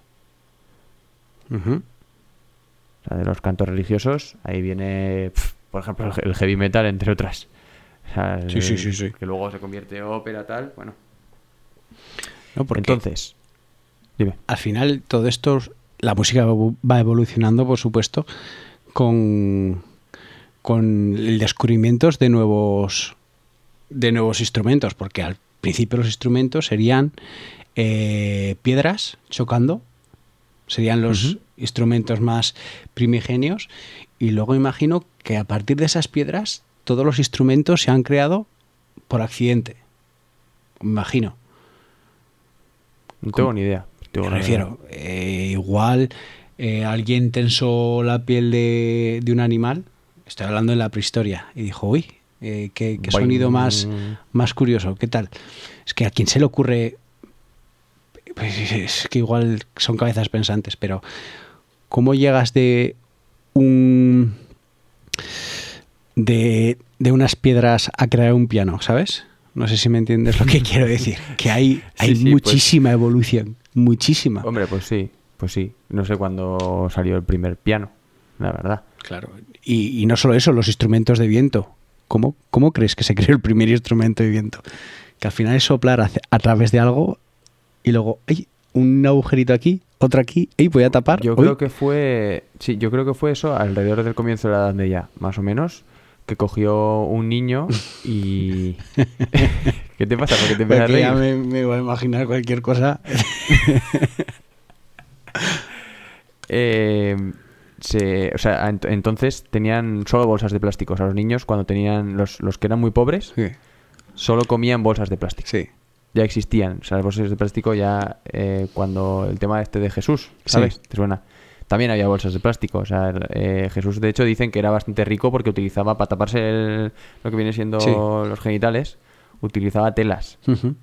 Ujú. O sea, de los cantos religiosos, ahí viene, pf, por ejemplo, el, el heavy metal, entre otras. O sea, Sí, sí, el- sí, sí. Que luego se convierte en ópera, tal, bueno. No, porque Entonces, dime. al final todo esto, la música va evolucionando, por supuesto, con, con el descubrimiento de nuevos, de nuevos instrumentos, porque al principio los instrumentos serían eh, piedras chocando, serían los uh-huh. instrumentos más primigenios, y luego imagino que a partir de esas piedras todos los instrumentos se han creado por accidente. Me imagino. No tengo ni idea. Tengo Me refiero, eh, igual eh, alguien tensó la piel de, de un animal, estoy hablando de la prehistoria, y dijo, uy, eh, qué, qué sonido más, más curioso, ¿qué tal? Es que a quién se le ocurre, pues es que igual son cabezas pensantes, pero ¿cómo llegas de un de, de unas piedras a crear un piano, ¿sabes? No sé si me entiendes lo que quiero decir. Que hay, hay sí, sí, muchísima pues, evolución. Muchísima. Hombre, pues sí. Pues sí. No sé cuándo salió el primer piano, la verdad. Claro. Y, y no solo eso, los instrumentos de viento. ¿Cómo, ¿Cómo crees que se creó el primer instrumento de viento? Que al final es soplar a, a través de algo y luego, ¡ay! Un agujerito aquí, otro aquí, ¡ay! Voy a tapar. Yo ¡Uy! creo que fue... Sí, yo creo que fue eso alrededor del comienzo de la Edad Media, más o menos. Que cogió un niño y... ¿Qué te pasa? ¿Por qué te empiezas a reír? Ya me, me voy a imaginar cualquier cosa. eh, se, o sea, ent- entonces tenían solo bolsas de plástico. O sea, los niños cuando tenían... Los, los que eran muy pobres, sí. solo comían bolsas de plástico. Sí. Ya existían. O sea, las bolsas de plástico ya... Eh, cuando el tema este de Jesús, ¿sabes? Sí. ¿Te suena? También había bolsas de plástico. O sea, eh, Jesús, de hecho, dicen que era bastante rico porque utilizaba, para taparse el, lo que viene siendo sí. los genitales, utilizaba telas. Uh-huh.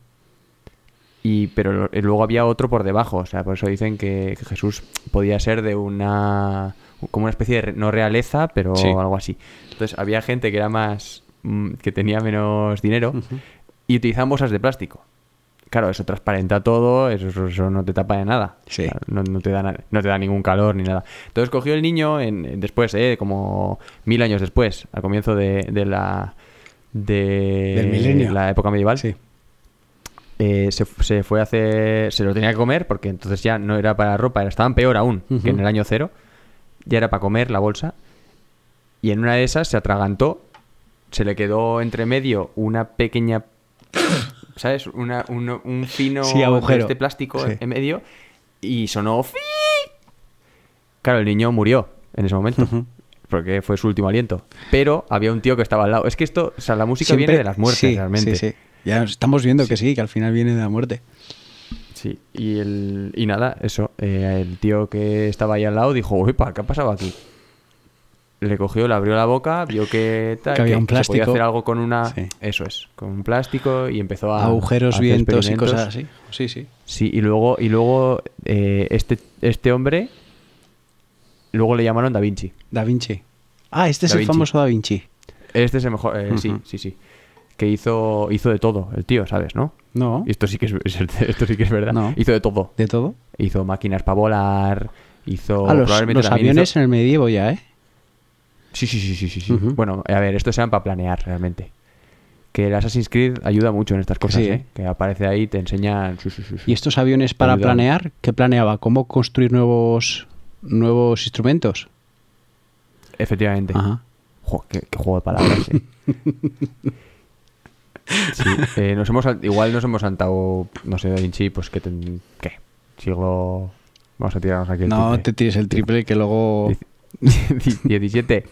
Y pero luego había otro por debajo. O sea, por eso dicen que, que Jesús podía ser de una... como una especie de... no realeza, pero sí. algo así. Entonces, había gente que era más... que tenía menos dinero uh-huh. y utilizaban bolsas de plástico. Claro, eso transparenta todo, eso, eso, eso no te tapa de nada. Sí. O sea, no, no, te da, no te da ningún calor ni nada. Entonces cogió el niño en, después, eh, como mil años después, al comienzo de, de la de del milenio, la época medieval. Sí. Eh, se, se fue a hacer, se lo tenía que comer porque entonces ya no era para ropa, estaban peor aún uh-huh. que en el año cero. Ya era para comer la bolsa y en una de esas se atragantó, se le quedó entre medio una pequeña ¿sabes? Una, un, un fino sí, agujero de este plástico sí. en medio y sonó ¡fi! Claro, el niño murió en ese momento uh-huh. porque fue su último aliento, pero había un tío que estaba al lado. Es que esto, o sea, la música Siempre, viene de las muertes sí, realmente. Sí, sí. Ya estamos viendo sí. que sí, que al final viene de la muerte. Sí, y el y nada, eso, eh, el tío que estaba ahí al lado dijo, uy, ¿qué ha pasado aquí? Le cogió, le abrió la boca, vio que, tal, que había que, un plástico. Que se podía hacer algo con una... Sí. Eso es, con un plástico y empezó a... Agujeros, a vientos y cosas así. Sí, sí. Sí, y luego, y luego eh, este, este hombre, luego le llamaron Da Vinci. Da Vinci. Ah, este es Da el Vinci. famoso Da Vinci. Este es el mejor, eh, uh-huh. sí, sí, sí. Que hizo, hizo de todo, el tío, ¿sabes, no? No. Y esto sí que es, esto sí que es verdad. No. Hizo de todo. ¿De todo? Hizo máquinas para volar, hizo... Ah, los, probablemente los aviones hizo... en el medievo ya, ¿eh? Sí, sí, sí, sí, sí. sí. Uh-huh. Bueno, a ver, estos eran para planear realmente. Que el Assassin's Creed ayuda mucho en estas cosas, sí, ¿eh? Que aparece ahí, te enseñan... Sí, sí, sí, sí. ¿Y estos aviones para ayudan. planear? ¿Qué planeaba? ¿Cómo construir nuevos nuevos instrumentos? Efectivamente. Ajá. Jo, qué, qué juego de palabras, ¿eh? Sí, eh, nos hemos, igual nos hemos saltado, no sé, Da Vinci, pues que ten, ¿qué? Siglo... Vamos a tirarnos aquí el No triple. te tires el triple que luego... diecisiete.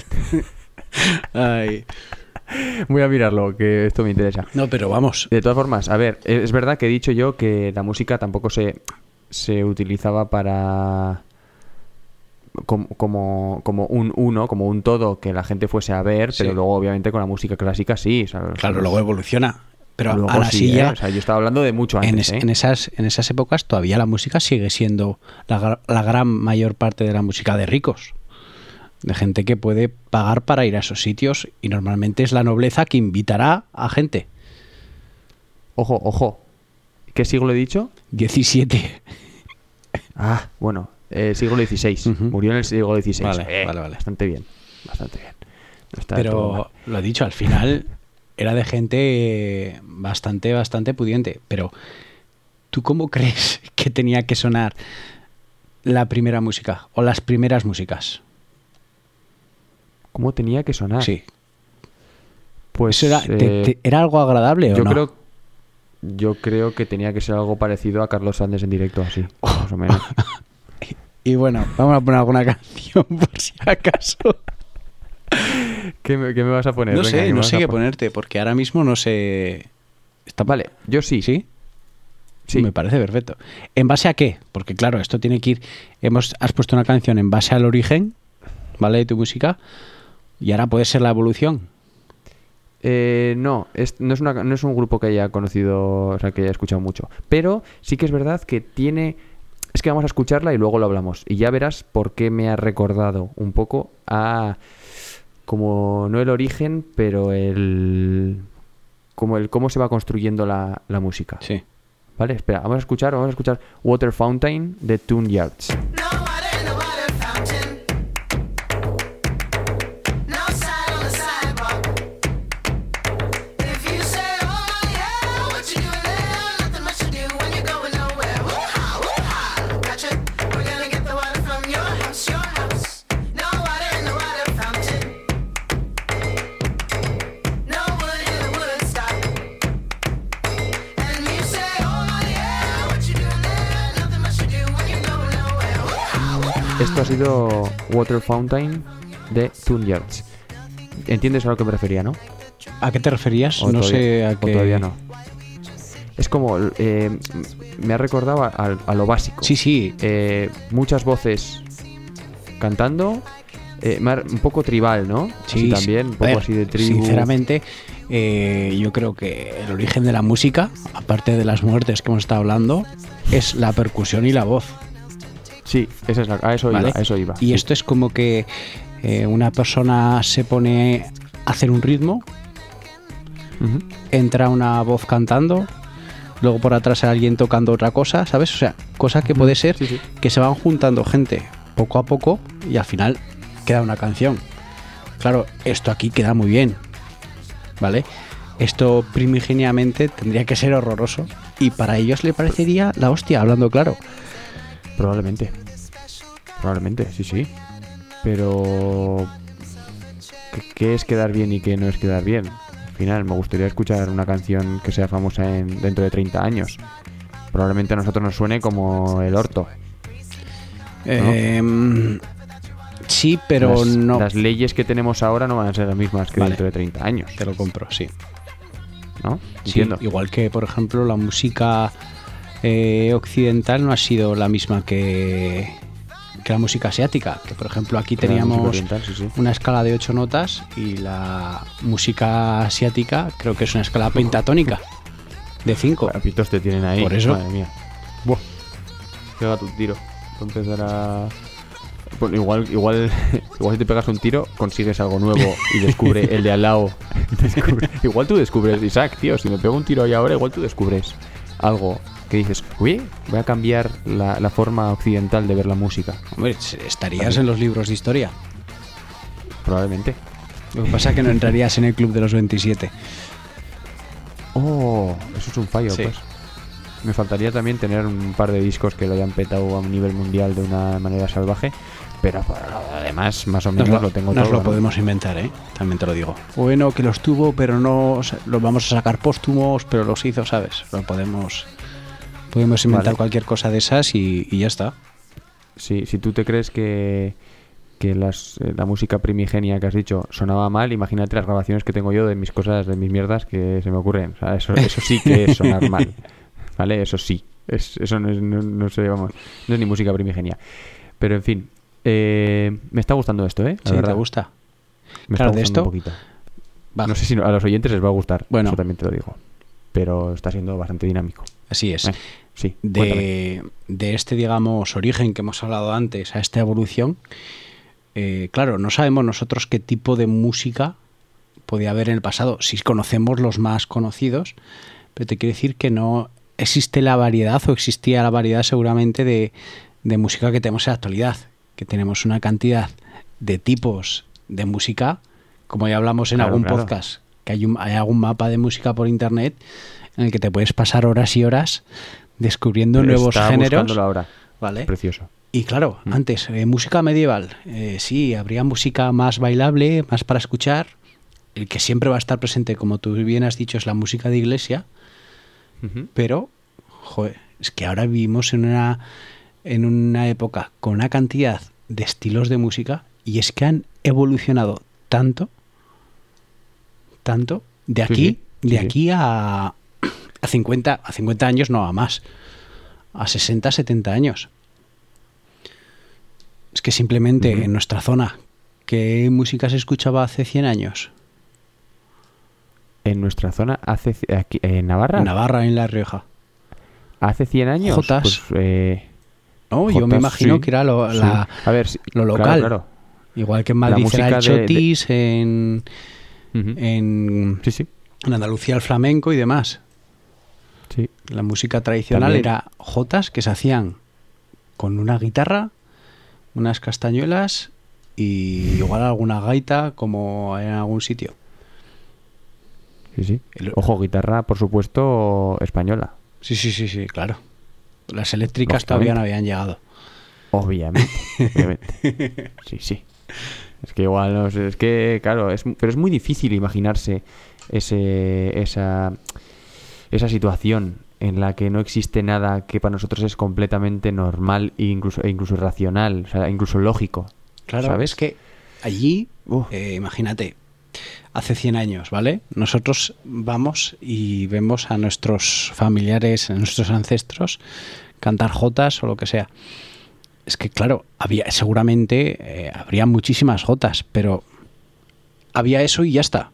Ay. Voy a mirarlo, que esto me interesa. No, pero vamos. De todas formas, a ver, es verdad que he dicho yo que la música tampoco se, se utilizaba para... Como, como, como un uno, como un todo que la gente fuese a ver, sí. pero luego obviamente con la música clásica sí. O sea, claro, los, luego evoluciona. Pero luego a la sí, silla... ¿eh? O sea, yo estaba hablando de mucho antes. En, es, ¿eh? en, esas, en esas épocas todavía la música sigue siendo la, la gran mayor parte de la música de ricos. De gente que puede pagar para ir a esos sitios y normalmente es la nobleza que invitará a gente. Ojo, ojo. ¿Qué siglo he dicho? diecisiete. Ah, bueno, eh, siglo dieciséis. Uh-huh. Murió en el siglo dieciséis. Vale, eh, vale, vale. Bastante bien, bastante bien. No está Pero lo dicho, al final era de gente eh, bastante, bastante pudiente. Pero, ¿tú cómo crees que tenía que sonar la primera música o las primeras músicas? ¿Cómo tenía que sonar? Sí. Pues ¿Eso era, eh, te- te- ¿era algo agradable o yo no? creo yo creo que tenía que ser algo parecido a Carlos Sandes en directo, así, más o menos. Y bueno, vamos a poner alguna canción por si acaso. ¿Qué me, qué me vas a poner? No Venga, sé, me no vas sé a qué poner? ponerte, porque ahora mismo no sé... Está... Vale, yo sí. ¿Sí? Sí. Me parece perfecto. ¿En base a qué? Porque claro, esto tiene que ir... Hemos, has puesto una canción en base al origen, ¿vale? De tu música. Y ahora puede ser la evolución. Eh, no, es, no, es una, no es un grupo que haya conocido, o sea, que haya escuchado mucho. Pero sí que es verdad que tiene... Es que vamos a escucharla y luego lo hablamos. Y ya verás por qué me ha recordado un poco a... Como no el origen, pero el... Como el cómo se va construyendo la, la música. Sí. Vale, espera, vamos a escuchar, vamos a escuchar Water Fountain de Tune Yards. No water in the water fountain. No sign on the sidewalk. If you say, oh yeah, what you doing there? Nothing much to do when you're going nowhere. Woo-ha, woo-ha, gotcha. We're gonna get the water from your house, your house. No water in the water fountain. No wood in the wood stock. And you say, oh yeah, what you doing there? Nothing much to do when you're going nowhere. Woo-ha, woo-ha. Esto ha sido Water Fountain de Tune Yards. ¿Entiendes a lo que me refería, no? ¿A qué te referías? O No todavía- sé a o qué... todavía no. Es como... eh, me ha recordado a, a- a lo básico. Sí, sí. Eh, muchas voces cantando. eh, mar- un poco tribal, ¿no? Sí, Así también, un a poco ver, así de tribu. Sinceramente, eh, yo creo que el origen de la música, aparte de las muertes que hemos estado hablando, es la percusión y la voz. Sí, esa es la- a eso ¿Vale? iba, a eso iba. Y sí. esto es como que eh, una persona se pone a hacer un ritmo, Ujú. entra una voz cantando, luego por atrás hay alguien tocando otra cosa, ¿sabes? O sea, cosa que puede ser Sí, sí. que se van juntando gente poco a poco y al final queda una canción. Claro, esto aquí queda muy bien, ¿vale? Esto primigeniamente tendría que ser horroroso y para ellos le parecería la hostia, hablando claro. Probablemente. Probablemente, sí, sí. Pero... ¿Qué, qué es quedar bien y qué no es quedar bien? Al final, me gustaría escuchar una canción que sea famosa en, dentro de treinta años. Probablemente a nosotros nos suene como el orto. Eh, sí, pero las, no... las leyes que tenemos ahora no van a ser las mismas que Vale. dentro de treinta años. Te lo compro, sí. ¿No? Sí, Entiendo. igual que, por ejemplo, la música eh, occidental no ha sido la misma que, que la música asiática. Que, por ejemplo, aquí Que la música teníamos oriental, sí, sí. una escala de ocho notas y la música asiática creo que es una escala pentatónica de cinco. Papitos te tienen ahí. Por eso. Madre mía. Buah. Pega tu tiro. Entonces ahora... Bueno, igual, igual, igual si te pegas un tiro, consigues algo nuevo y descubre el de al lado. Descubre- igual tú descubres, Isaac, tío, si me pego un tiro ahí ahora, igual tú descubres algo que dices, uy, voy a cambiar la, la forma occidental de ver la música. Hombre, estarías en los libros de historia. Probablemente. Lo que pasa es que no entrarías en el club de los veintisiete. Oh, eso es un fallo, Sí. pues. Me faltaría también tener un par de discos que lo hayan petado a un nivel mundial de una manera salvaje, pero por lo demás, más o Nos menos lo, lo tengo nos todo. lo ¿no? podemos inventar, ¿eh? También te lo digo. Bueno, que los tuvo, pero no... o sea, los vamos a sacar póstumos, pero los hizo, ¿sabes? Lo podemos... Podemos inventar Vale. cualquier cosa de esas y, y ya está. Sí, si tú te crees que, que las, eh, la música primigenia que has dicho sonaba mal, imagínate las grabaciones que tengo yo de mis cosas, de mis mierdas que se me ocurren. O sea, eso, eso sí que es sonar mal. ¿Vale? Eso sí. Es, eso no es, no, no sé, vamos, no es ni música primigenia. Pero en fin, eh, me está gustando esto, ¿eh? La Sí, verdad. ¿te gusta? Me Claro, está de gustando esto- un poquito. Va. No sé si no- a los oyentes les va a gustar. Bueno. Eso también te lo digo. Pero está siendo bastante dinámico. Así es. Eh, sí, cuéntame. de, de este, digamos, origen que hemos hablado antes a esta evolución, eh, claro, no sabemos nosotros qué tipo de música podía haber en el pasado. Sí conocemos los más conocidos, pero te quiero decir que no existe la variedad, o existía la variedad seguramente de, de música que tenemos en la actualidad, que tenemos una cantidad de tipos de música, como ya hablamos en Claro, algún claro. podcast, que hay, un, hay algún mapa de música por internet en el que te puedes pasar horas y horas descubriendo Pero nuevos estaba géneros. buscándolo ahora. ¿Vale? Precioso. Y claro, Mm. antes, eh, música medieval, eh, sí, habría música más bailable, más para escuchar. El que siempre va a estar presente, como tú bien has dicho, es la música de iglesia, Ujú. pero, joder, es que ahora vivimos en una, en una época con una cantidad de estilos de música y es que han evolucionado tanto, tanto, de Sí, aquí, sí, sí, de sí. aquí a, a cincuenta, a cincuenta años, no, a más, a sesenta, setenta años. Es que simplemente Ujú. en nuestra zona, ¿qué música se escuchaba hace cien años? En nuestra zona, hace aquí, en Navarra, En Navarra, en La Rioja. hace cien años. Jotas. Pues, eh, No, yo me jotas, imagino sí, que era lo, sí. la- A ver, sí, lo claro, local. claro. Igual que en Madrid música era el de- de- chotis, en, Ujú. en, Sí, sí. en Andalucía el flamenco y demás. Sí. La música tradicional También. era jotas que se hacían con una guitarra, unas castañuelas y igual alguna gaita como en algún sitio. Sí, sí. El- Ojo, guitarra, por supuesto, española. Sí, sí, sí, sí, claro. Las eléctricas Lógicamente. todavía no habían llegado. Obviamente. obviamente. Sí, sí. Es que igual, no sé, es que, claro, es, pero es muy difícil imaginarse ese, esa, esa situación en la que no existe nada que para nosotros es completamente normal e incluso, e incluso racional, o sea, incluso lógico. Claro, ¿sabes? es que allí, Uf. eh, imagínate, hace cien años, ¿vale? Nosotros vamos y vemos a nuestros familiares, a nuestros ancestros, cantar jotas o lo que sea. Es que, claro, había seguramente eh, habría muchísimas jotas, pero había eso y ya está.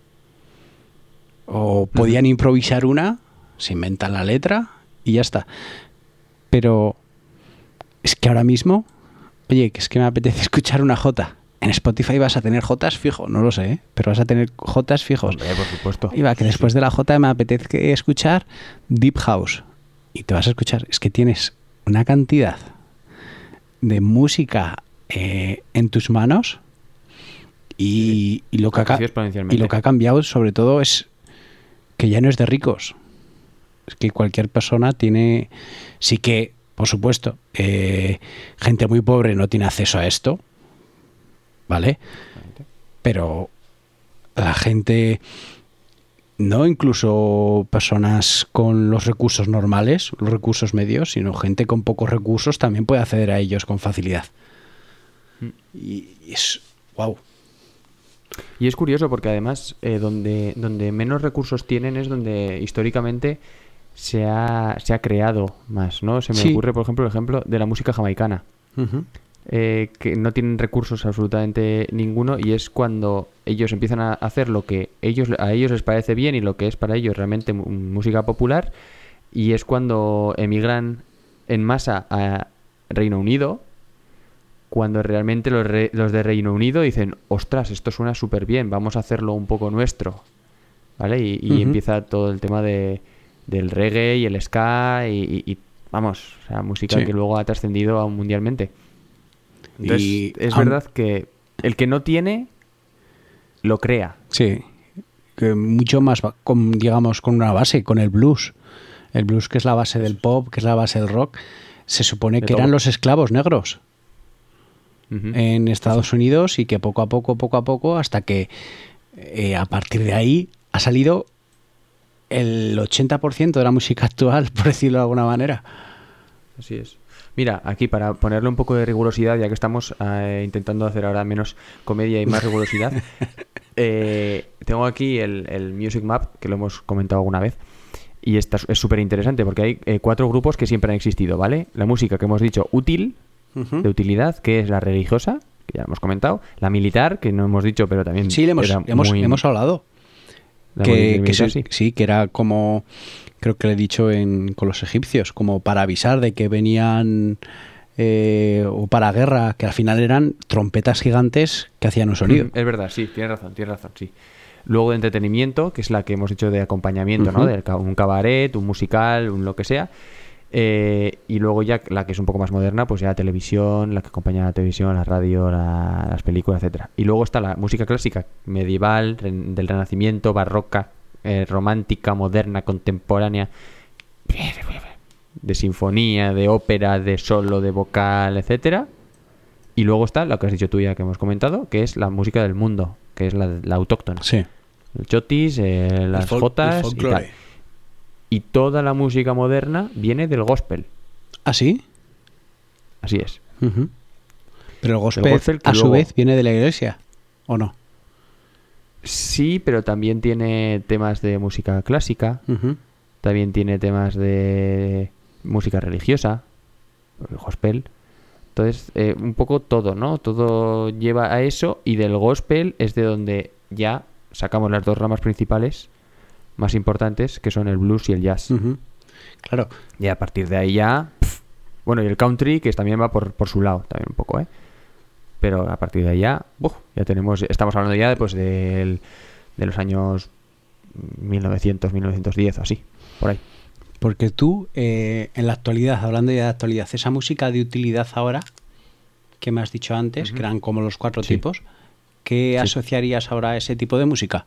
O podían improvisar una, se inventan la letra y ya está. Pero es que ahora mismo, oye, que es que me apetece escuchar una jota. En Spotify vas a tener jotas fijo, no lo sé, ¿eh? Pero vas a tener jotas fijos. Hombre, por supuesto. Y va, que después de la jota me apetece escuchar Deep House. Y te vas a escuchar, es que tienes una cantidad de música eh, en tus manos y, y, lo que ha, Creció ca- exponencialmente. y lo que ha cambiado sobre todo es que ya no es de ricos. Es que cualquier persona tiene, sí que, por supuesto, eh, gente muy pobre no tiene acceso a esto, ¿vale? Pero la gente, no incluso personas con los recursos normales, los recursos medios, sino gente con pocos recursos también puede acceder a ellos con facilidad. Y es, wow. Y es curioso porque además eh, donde, donde menos recursos tienen es donde históricamente se ha, se ha creado más, ¿no? Se me Sí. ocurre, por ejemplo, el ejemplo de la música jamaicana, Ujú. eh, que no tienen recursos absolutamente ninguno y es cuando ellos empiezan a hacer lo que ellos a ellos les parece bien y lo que es para ellos realmente mu- música popular, y es cuando emigran en masa a Reino Unido, cuando realmente los, re- los de Reino Unido dicen, ostras, esto suena súper bien, vamos a hacerlo un poco nuestro, ¿vale? Y, y Ujú. empieza todo el tema de, del reggae y el ska y, y- y, vamos, o sea, música Sí. que luego ha trascendido a- mundialmente. Entonces, Y es aun- verdad que el que no tiene, lo crea. Sí, que mucho más, va- con, digamos, con una base, con el blues. El blues, que es la base del pop, que es la base del rock, se supone De que todo. eran los esclavos negros Ujú. en Estados Unidos y que poco a poco, poco a poco, hasta que eh, a partir de ahí ha salido el ochenta por ciento de la música actual, por decirlo de alguna manera. Así es. Mira, aquí para ponerle un poco de rigurosidad, ya que estamos eh, intentando hacer ahora menos comedia y más rigurosidad, eh, tengo aquí el, el Music Map, que lo hemos comentado alguna vez, y esta es súper interesante porque hay eh, cuatro grupos que siempre han existido, ¿vale? La música que hemos dicho útil, Ujú. de utilidad, que es la religiosa, que ya hemos comentado, la militar, que no hemos dicho, pero también Sí, le hemos, era hemos, muy- hemos hablado. la Que, militar, que sí, sí. sí, que era como, creo que le he dicho en, con los egipcios, como para avisar de que venían eh, o para guerra, que al final eran trompetas gigantes que hacían un sonido. Mm, Es verdad, sí, tienes razón, tienes razón, sí. Luego de entretenimiento, que es la que hemos hecho de acompañamiento, ¿no? Ujú. De ca- un cabaret, un musical, un lo que sea. Eh, y luego ya la que es un poco más moderna, pues ya la televisión, la que acompaña a la televisión, la radio, la- las películas, etcétera. Y luego está la música clásica medieval, ren- del Renacimiento, barroca, eh, romántica, moderna, contemporánea, de sinfonía, de ópera, de solo, de vocal, etcétera. Y luego está lo que has dicho tú ya que hemos comentado, que es la música del mundo, que es la, la autóctona. Sí. El chotis, eh, las fol- el jotas y folclore. tal. Y toda la música moderna viene del gospel. ¿Ah, sí? Así es. Ujú. Pero el gospel, gospel que a su luego- vez, viene de la iglesia, ¿o no? Sí, pero también tiene temas de música clásica, Ujú. también tiene temas de música religiosa, el gospel. Entonces, eh, un poco todo, ¿no? Todo lleva a eso y del gospel es de donde ya sacamos las dos ramas principales más importantes, que son el blues y el jazz. Ujú. Claro. Y a partir de ahí ya... pf, bueno, y el country, que también va por, por su lado, también un poco, ¿eh? Pero a partir de ahí ya... ¡buf! Ya tenemos... Estamos hablando ya pues, del, de los años mil novecientos, mil novecientos diez o así, por ahí. Porque tú, eh, en la actualidad, hablando ya de actualidad, esa música de utilidad ahora, que me has dicho antes, Ujú. que eran como los cuatro Sí. tipos, ¿qué Sí. asociarías ahora a ese tipo de música?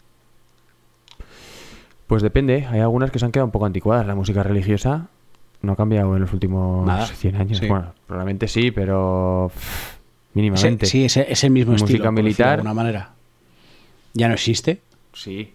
Pues depende, hay algunas que se han quedado un poco anticuadas. La música religiosa no ha cambiado en los últimos Nada, cien años. sí. Bueno, probablemente sí, pero pff, Ese- mínimamente. sí, es, es el mismo Música estilo, por decirlo militar. de alguna manera. ¿Ya no existe? Sí.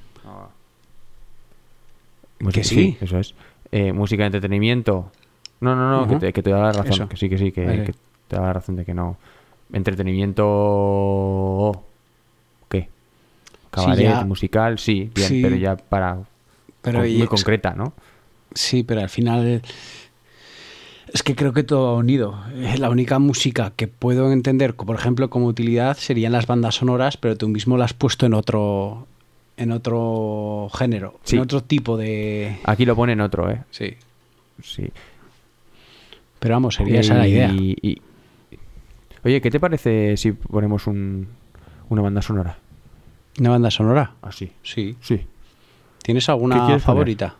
Que Música- sí. Eso es. Eh, música de entretenimiento. No, no, no, Ujú. que, te, que te da la razón. Eso. Que sí, que sí, que, Vale. que te da la razón de que no. Entretenimiento. ¿Qué? Cabaret, ya- musical, sí, bien, Sí. pero ya para. Pero con- y- muy concreta, ¿no? Sí, pero al final es que creo que todo va unido. Eh, La única música que puedo entender, co- por ejemplo, como utilidad serían las bandas sonoras, pero tú mismo las has puesto en otro en otro género, Sí. en otro tipo de... Aquí lo pone en otro, ¿eh? Sí. Sí. Pero vamos, sería esa la Y- idea. y- Oye, ¿qué te parece si ponemos un, una banda sonora? ¿Una banda sonora? Así. Sí. Sí. ¿Tienes ¿Qué alguna quieres poner? favorita?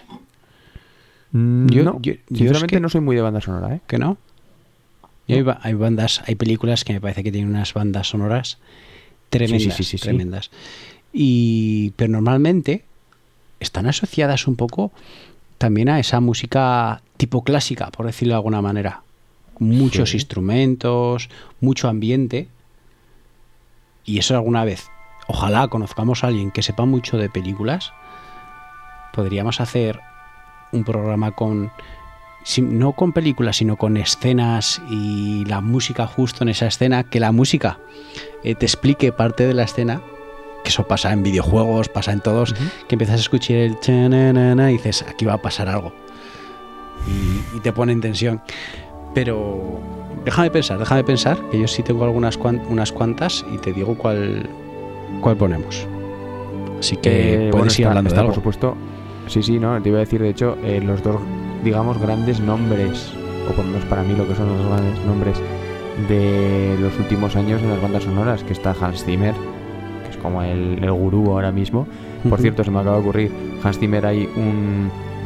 Mm, Yo- no, yo- yo es sinceramente que- no soy muy de banda sonora, ¿eh? ¿Que no? Y hay, ba- hay bandas, hay películas que me parece que tienen unas bandas sonoras tremendas, Sí, sí, sí, sí, sí. tremendas. Y pero normalmente están asociadas un poco también a esa música tipo clásica, por decirlo de alguna manera. Muchos Sí. instrumentos, mucho ambiente. Y eso alguna vez, ojalá conozcamos a alguien que sepa mucho de películas, podríamos hacer un programa con sin- no con películas, sino con escenas y la música justo en esa escena, que la música eh, te explique parte de la escena, que eso pasa en videojuegos, pasa en todos, Ujú. que empiezas a escuchar el chananana y dices, aquí va a pasar algo. Y, y te pone en tensión. Pero déjame pensar, déjame pensar, que yo sí tengo algunas cuan- unas cuantas y te digo cuál, cuál ponemos. Así que Eh, puedes bueno, ir está- hablando de está, algo. por supuesto. Sí, sí, no, te iba a decir, de hecho, eh, los dos, digamos, grandes nombres, o por lo menos para mí lo que son los grandes nombres de los últimos años en las bandas sonoras, que está Hans Zimmer, que es como el, el gurú ahora mismo. Por Ujú. cierto, se me acaba de ocurrir, Hans Zimmer hay un...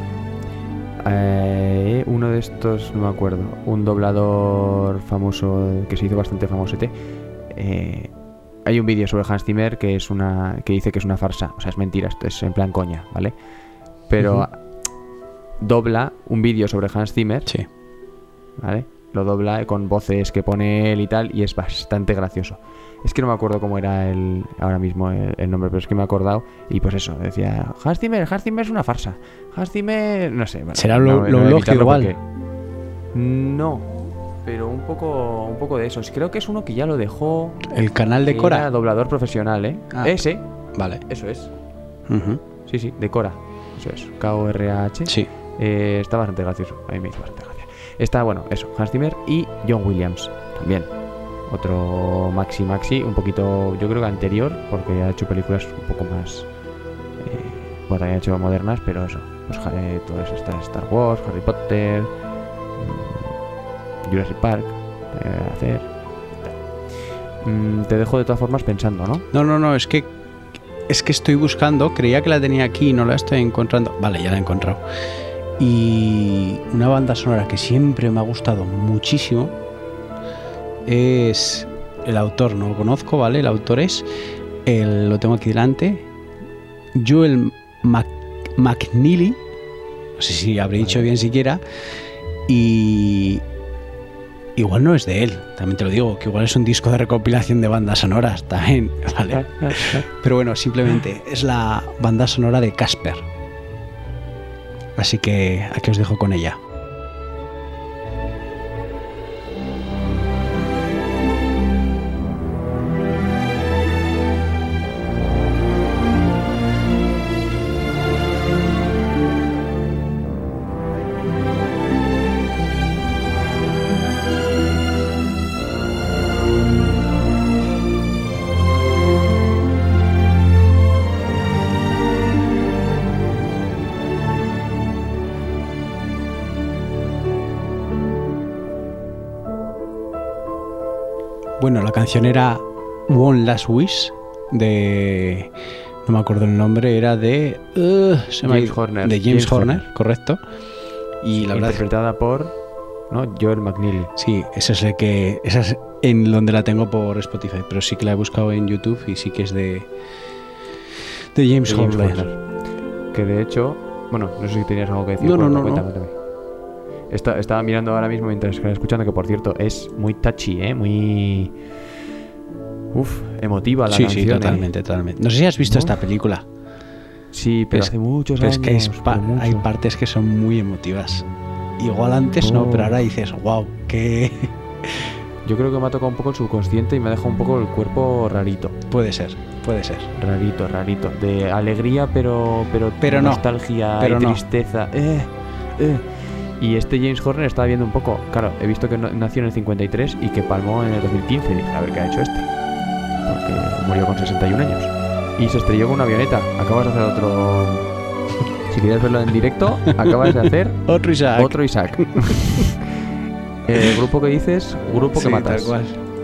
eh, uno de estos, no me acuerdo, un doblador famoso, que se hizo bastante famosete. Eh, hay un vídeo sobre Hans Zimmer que es una que dice que es una farsa, o sea, es mentira, esto es en plan coña, ¿vale? Pero Ujú. dobla un vídeo sobre Hans Zimmer, Sí. ¿vale? Lo dobla con voces que pone él y tal, y es bastante gracioso. Es que no me acuerdo cómo era el ahora mismo el, el nombre, pero es que me he acordado. Y pues eso, decía, Hans Zimmer, Hans Zimmer es una farsa. Hans Zimmer, no sé. bueno, ¿Será no- lo- no lo voy a lógico quitarlo igual? porque- No, pero un poco, un poco de eso. Creo que es uno que ya lo dejó. El canal de que Cora. era doblador profesional, ¿eh? Ah. Ese, Vale. eso es. Ujú. Sí, sí, de Cora. Eso es. K O R A H. Sí. Eh, está bastante gracioso. A mí me hizo bastante gracia. Está, bueno, eso, Hans Zimmer y John Williams también. Otro Maxi Maxi, un poquito, yo creo que anterior, porque ha hecho películas un poco más. Eh, bueno, también ha hecho modernas, pero eso. Pues, eh, todas estas Star Wars, Harry Potter, mm, Jurassic Park, eh, hacer. Mm, te dejo de todas formas pensando, ¿no? No, no, no, es que es que estoy buscando, creía que la tenía aquí y no la estoy encontrando. Vale, ya la he encontrado. Y una banda sonora que siempre me ha gustado muchísimo es el autor, no lo conozco, ¿vale? El autor es, el, lo tengo aquí delante, Joel Mac, McNeely, no sé si habré dicho bien siquiera, y igual no es de él, también te lo digo, que igual es un disco de recopilación de bandas sonoras también, ¿vale? Pero bueno, simplemente es la banda sonora de Casper. Así que aquí os dejo con ella. Bueno, la canción era One Last Wish de... no me acuerdo el nombre, era de... Uh, se me James ha... Horner. De James, James Horner, Horner. correcto. Y la verdad... Interpretada por... ¿no? Joel McNeely. Sí, esa es el que... esa es en donde la tengo por Spotify, pero sí que la he buscado en YouTube y sí que es de... de James, De James Horner. Horner. Que de hecho... Bueno, no sé si tenías algo que decir. No, no, Cuenta, no, cuenta, no. cuéntame. Esta- estaba mirando ahora mismo mientras estaba escuchando, que por cierto es muy touchy, ¿eh? Muy... Uf, emotiva la Sí, canción. sí, ¿eh? totalmente, totalmente. No sé si has visto No. esta película. Sí, pero Es- hace muchos Pero años. es que es pa- pero mucho. hay partes que son muy emotivas. Igual antes no, Oh. pero ahora dices, wow, qué... Yo creo que me ha tocado un poco el subconsciente y me ha dejado un poco el cuerpo rarito. puede ser, puede ser. Rarito, rarito. De alegría, pero pero, Pero no, nostalgia pero y no. tristeza. Eh, eh. Y este James Horner estaba viendo un poco. Claro, he visto que no- nació en el cincuenta y tres y que palmó en el dos mil quince. Y dije, a ver qué ha hecho este. Porque murió con sesenta y un años. Y se estrelló con una avioneta. Acabas de hacer otro. Si querías verlo en directo, acabas de hacer Otro Isaac. otro Isaac. El grupo que dices, grupo que Sí, matas. tal cual.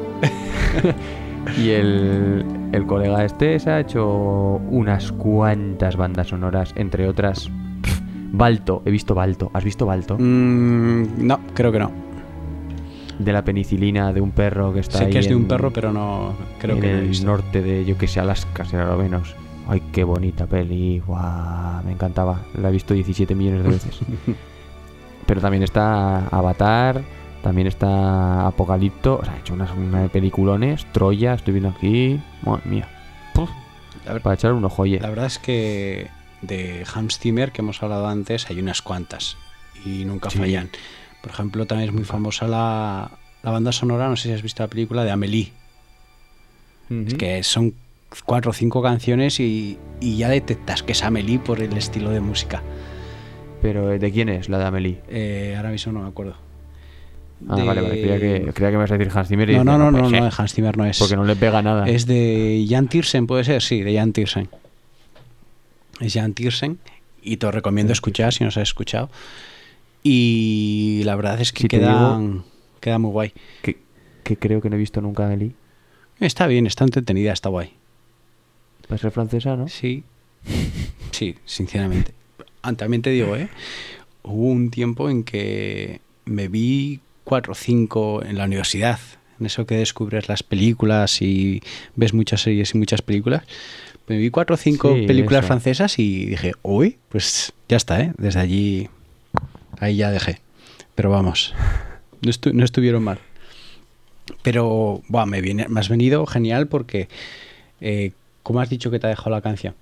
Y el, el colega este se ha hecho unas cuantas bandas sonoras, entre otras pf, Balto. He visto Balto. ¿Has visto Balto? Mm, no, creo que no. De la penicilina de un perro que está Sé ahí que es de un en- perro, pero no creo en que no he el visto. norte de, yo que sé, Alaska, será lo menos. Ay, qué bonita peli. Guau, me encantaba. La he visto diecisiete millones de veces. Pero también está Avatar, también está Apocalipto. O sea, ha hecho unas, unas peliculones. Troya, estoy viendo aquí. Madre mía. Puf, A ver, para echar un ojo, oye. la verdad es que de Hans Zimmer, que hemos hablado antes, hay unas cuantas y nunca Sí. fallan. Por ejemplo, también es muy famosa la, la banda sonora, no sé si has visto la película de Amélie, Ujú. que son cuatro o cinco canciones y, y ya detectas que es Amélie por el estilo de música. Pero, ¿de quién es la de Amélie? Eh, ahora mismo no me acuerdo. Ah, De- vale, vale. Creía que, creía que me ibas a decir Hans Zimmer y No, decía, no, no, no, puede no, ser, de Hans Zimmer no es. porque no le pega nada. Es de Jan Tiersen, ¿puede ser? Sí, de Jan Tiersen. Es Jan Tiersen y te lo recomiendo escuchar si no os has escuchado. Y la verdad es que Si te queda, digo- queda muy guay. Que, que creo que no he visto nunca a Amélie. Está bien, está entretenida, está guay. Para ser francesa, ¿no? Sí, sí, sinceramente. Ah, también te digo, ¿eh? Hubo un tiempo en que me vi cuatro o cinco en la universidad. En eso que descubres las películas y ves muchas series y muchas películas. Me vi cuatro o cinco Sí, películas eso. francesas y dije, uy, pues ya está, ¿eh? Desde allí, ahí ya dejé. Pero vamos, no, estu- no estuvieron mal. Pero, buah, me, viene, me has venido genial porque, eh, ¿cómo has dicho que te ha dejado la canción?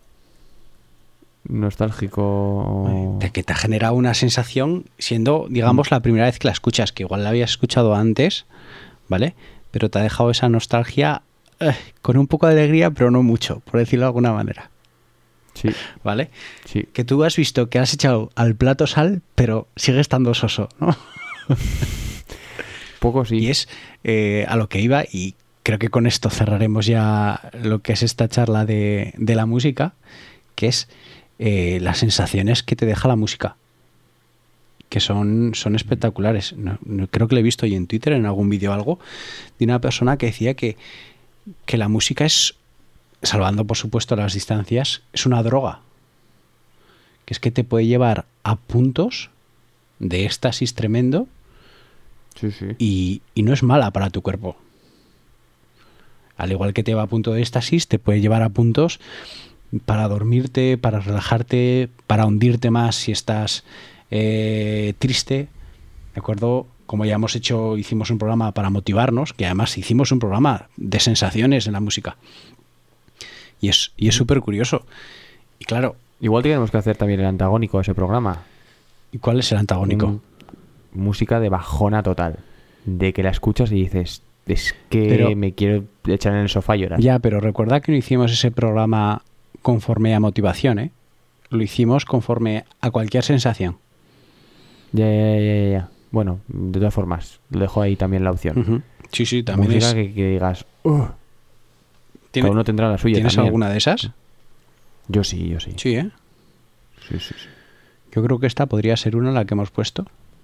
Nostálgico. De que te ha generado una sensación siendo, digamos, la primera vez que la escuchas, que igual la habías escuchado antes, ¿vale? Pero te ha dejado esa nostalgia eh, con un poco de alegría, pero no mucho, por decirlo de alguna manera, Sí, ¿vale? sí. Que tú has visto que has echado al plato sal, pero sigue estando soso, ¿no? Poco sí. Y es eh, a lo que iba, y creo que con esto cerraremos ya lo que es esta charla de, de la música, que es eh, las sensaciones que te deja la música, que son, son espectaculares. No, no- creo que lo he visto hoy en Twitter, en algún vídeo o algo, de una persona que decía que, que la música es, salvando por supuesto las distancias, es una droga. Que es que te puede llevar a puntos de éxtasis tremendo Sí, sí. y, y no es mala para tu cuerpo. Al igual que te va a punto de éxtasis, te puede llevar a puntos para dormirte, para relajarte, para hundirte más si estás eh, triste. ¿De acuerdo? Como ya hemos hecho, hicimos un programa para motivarnos, que además hicimos un programa de sensaciones en la música. Y es y es súper curioso. Y claro... Igual tenemos que hacer también el antagónico a ese programa. ¿Y cuál es el antagónico? Un- música de bajona total. De que la escuchas y dices, es que Pero- me quiero echar en el sofá y llorar. Ya, pero recuerda que no hicimos ese programa conforme a motivación, ¿eh? Lo hicimos conforme a cualquier sensación. Ya, ya, ya, ya, ya. Bueno, de todas formas, lo dejo ahí también la opción. Ujú. Sí, sí, también música es... que, que digas, "Ugh". ¿Tiene- Cada uno tendrá la suya ¿Tienes también. alguna de esas? Yo sí, yo sí. Sí, ¿eh? Sí, sí, sí. Yo creo que esta podría ser una, la que hemos puesto.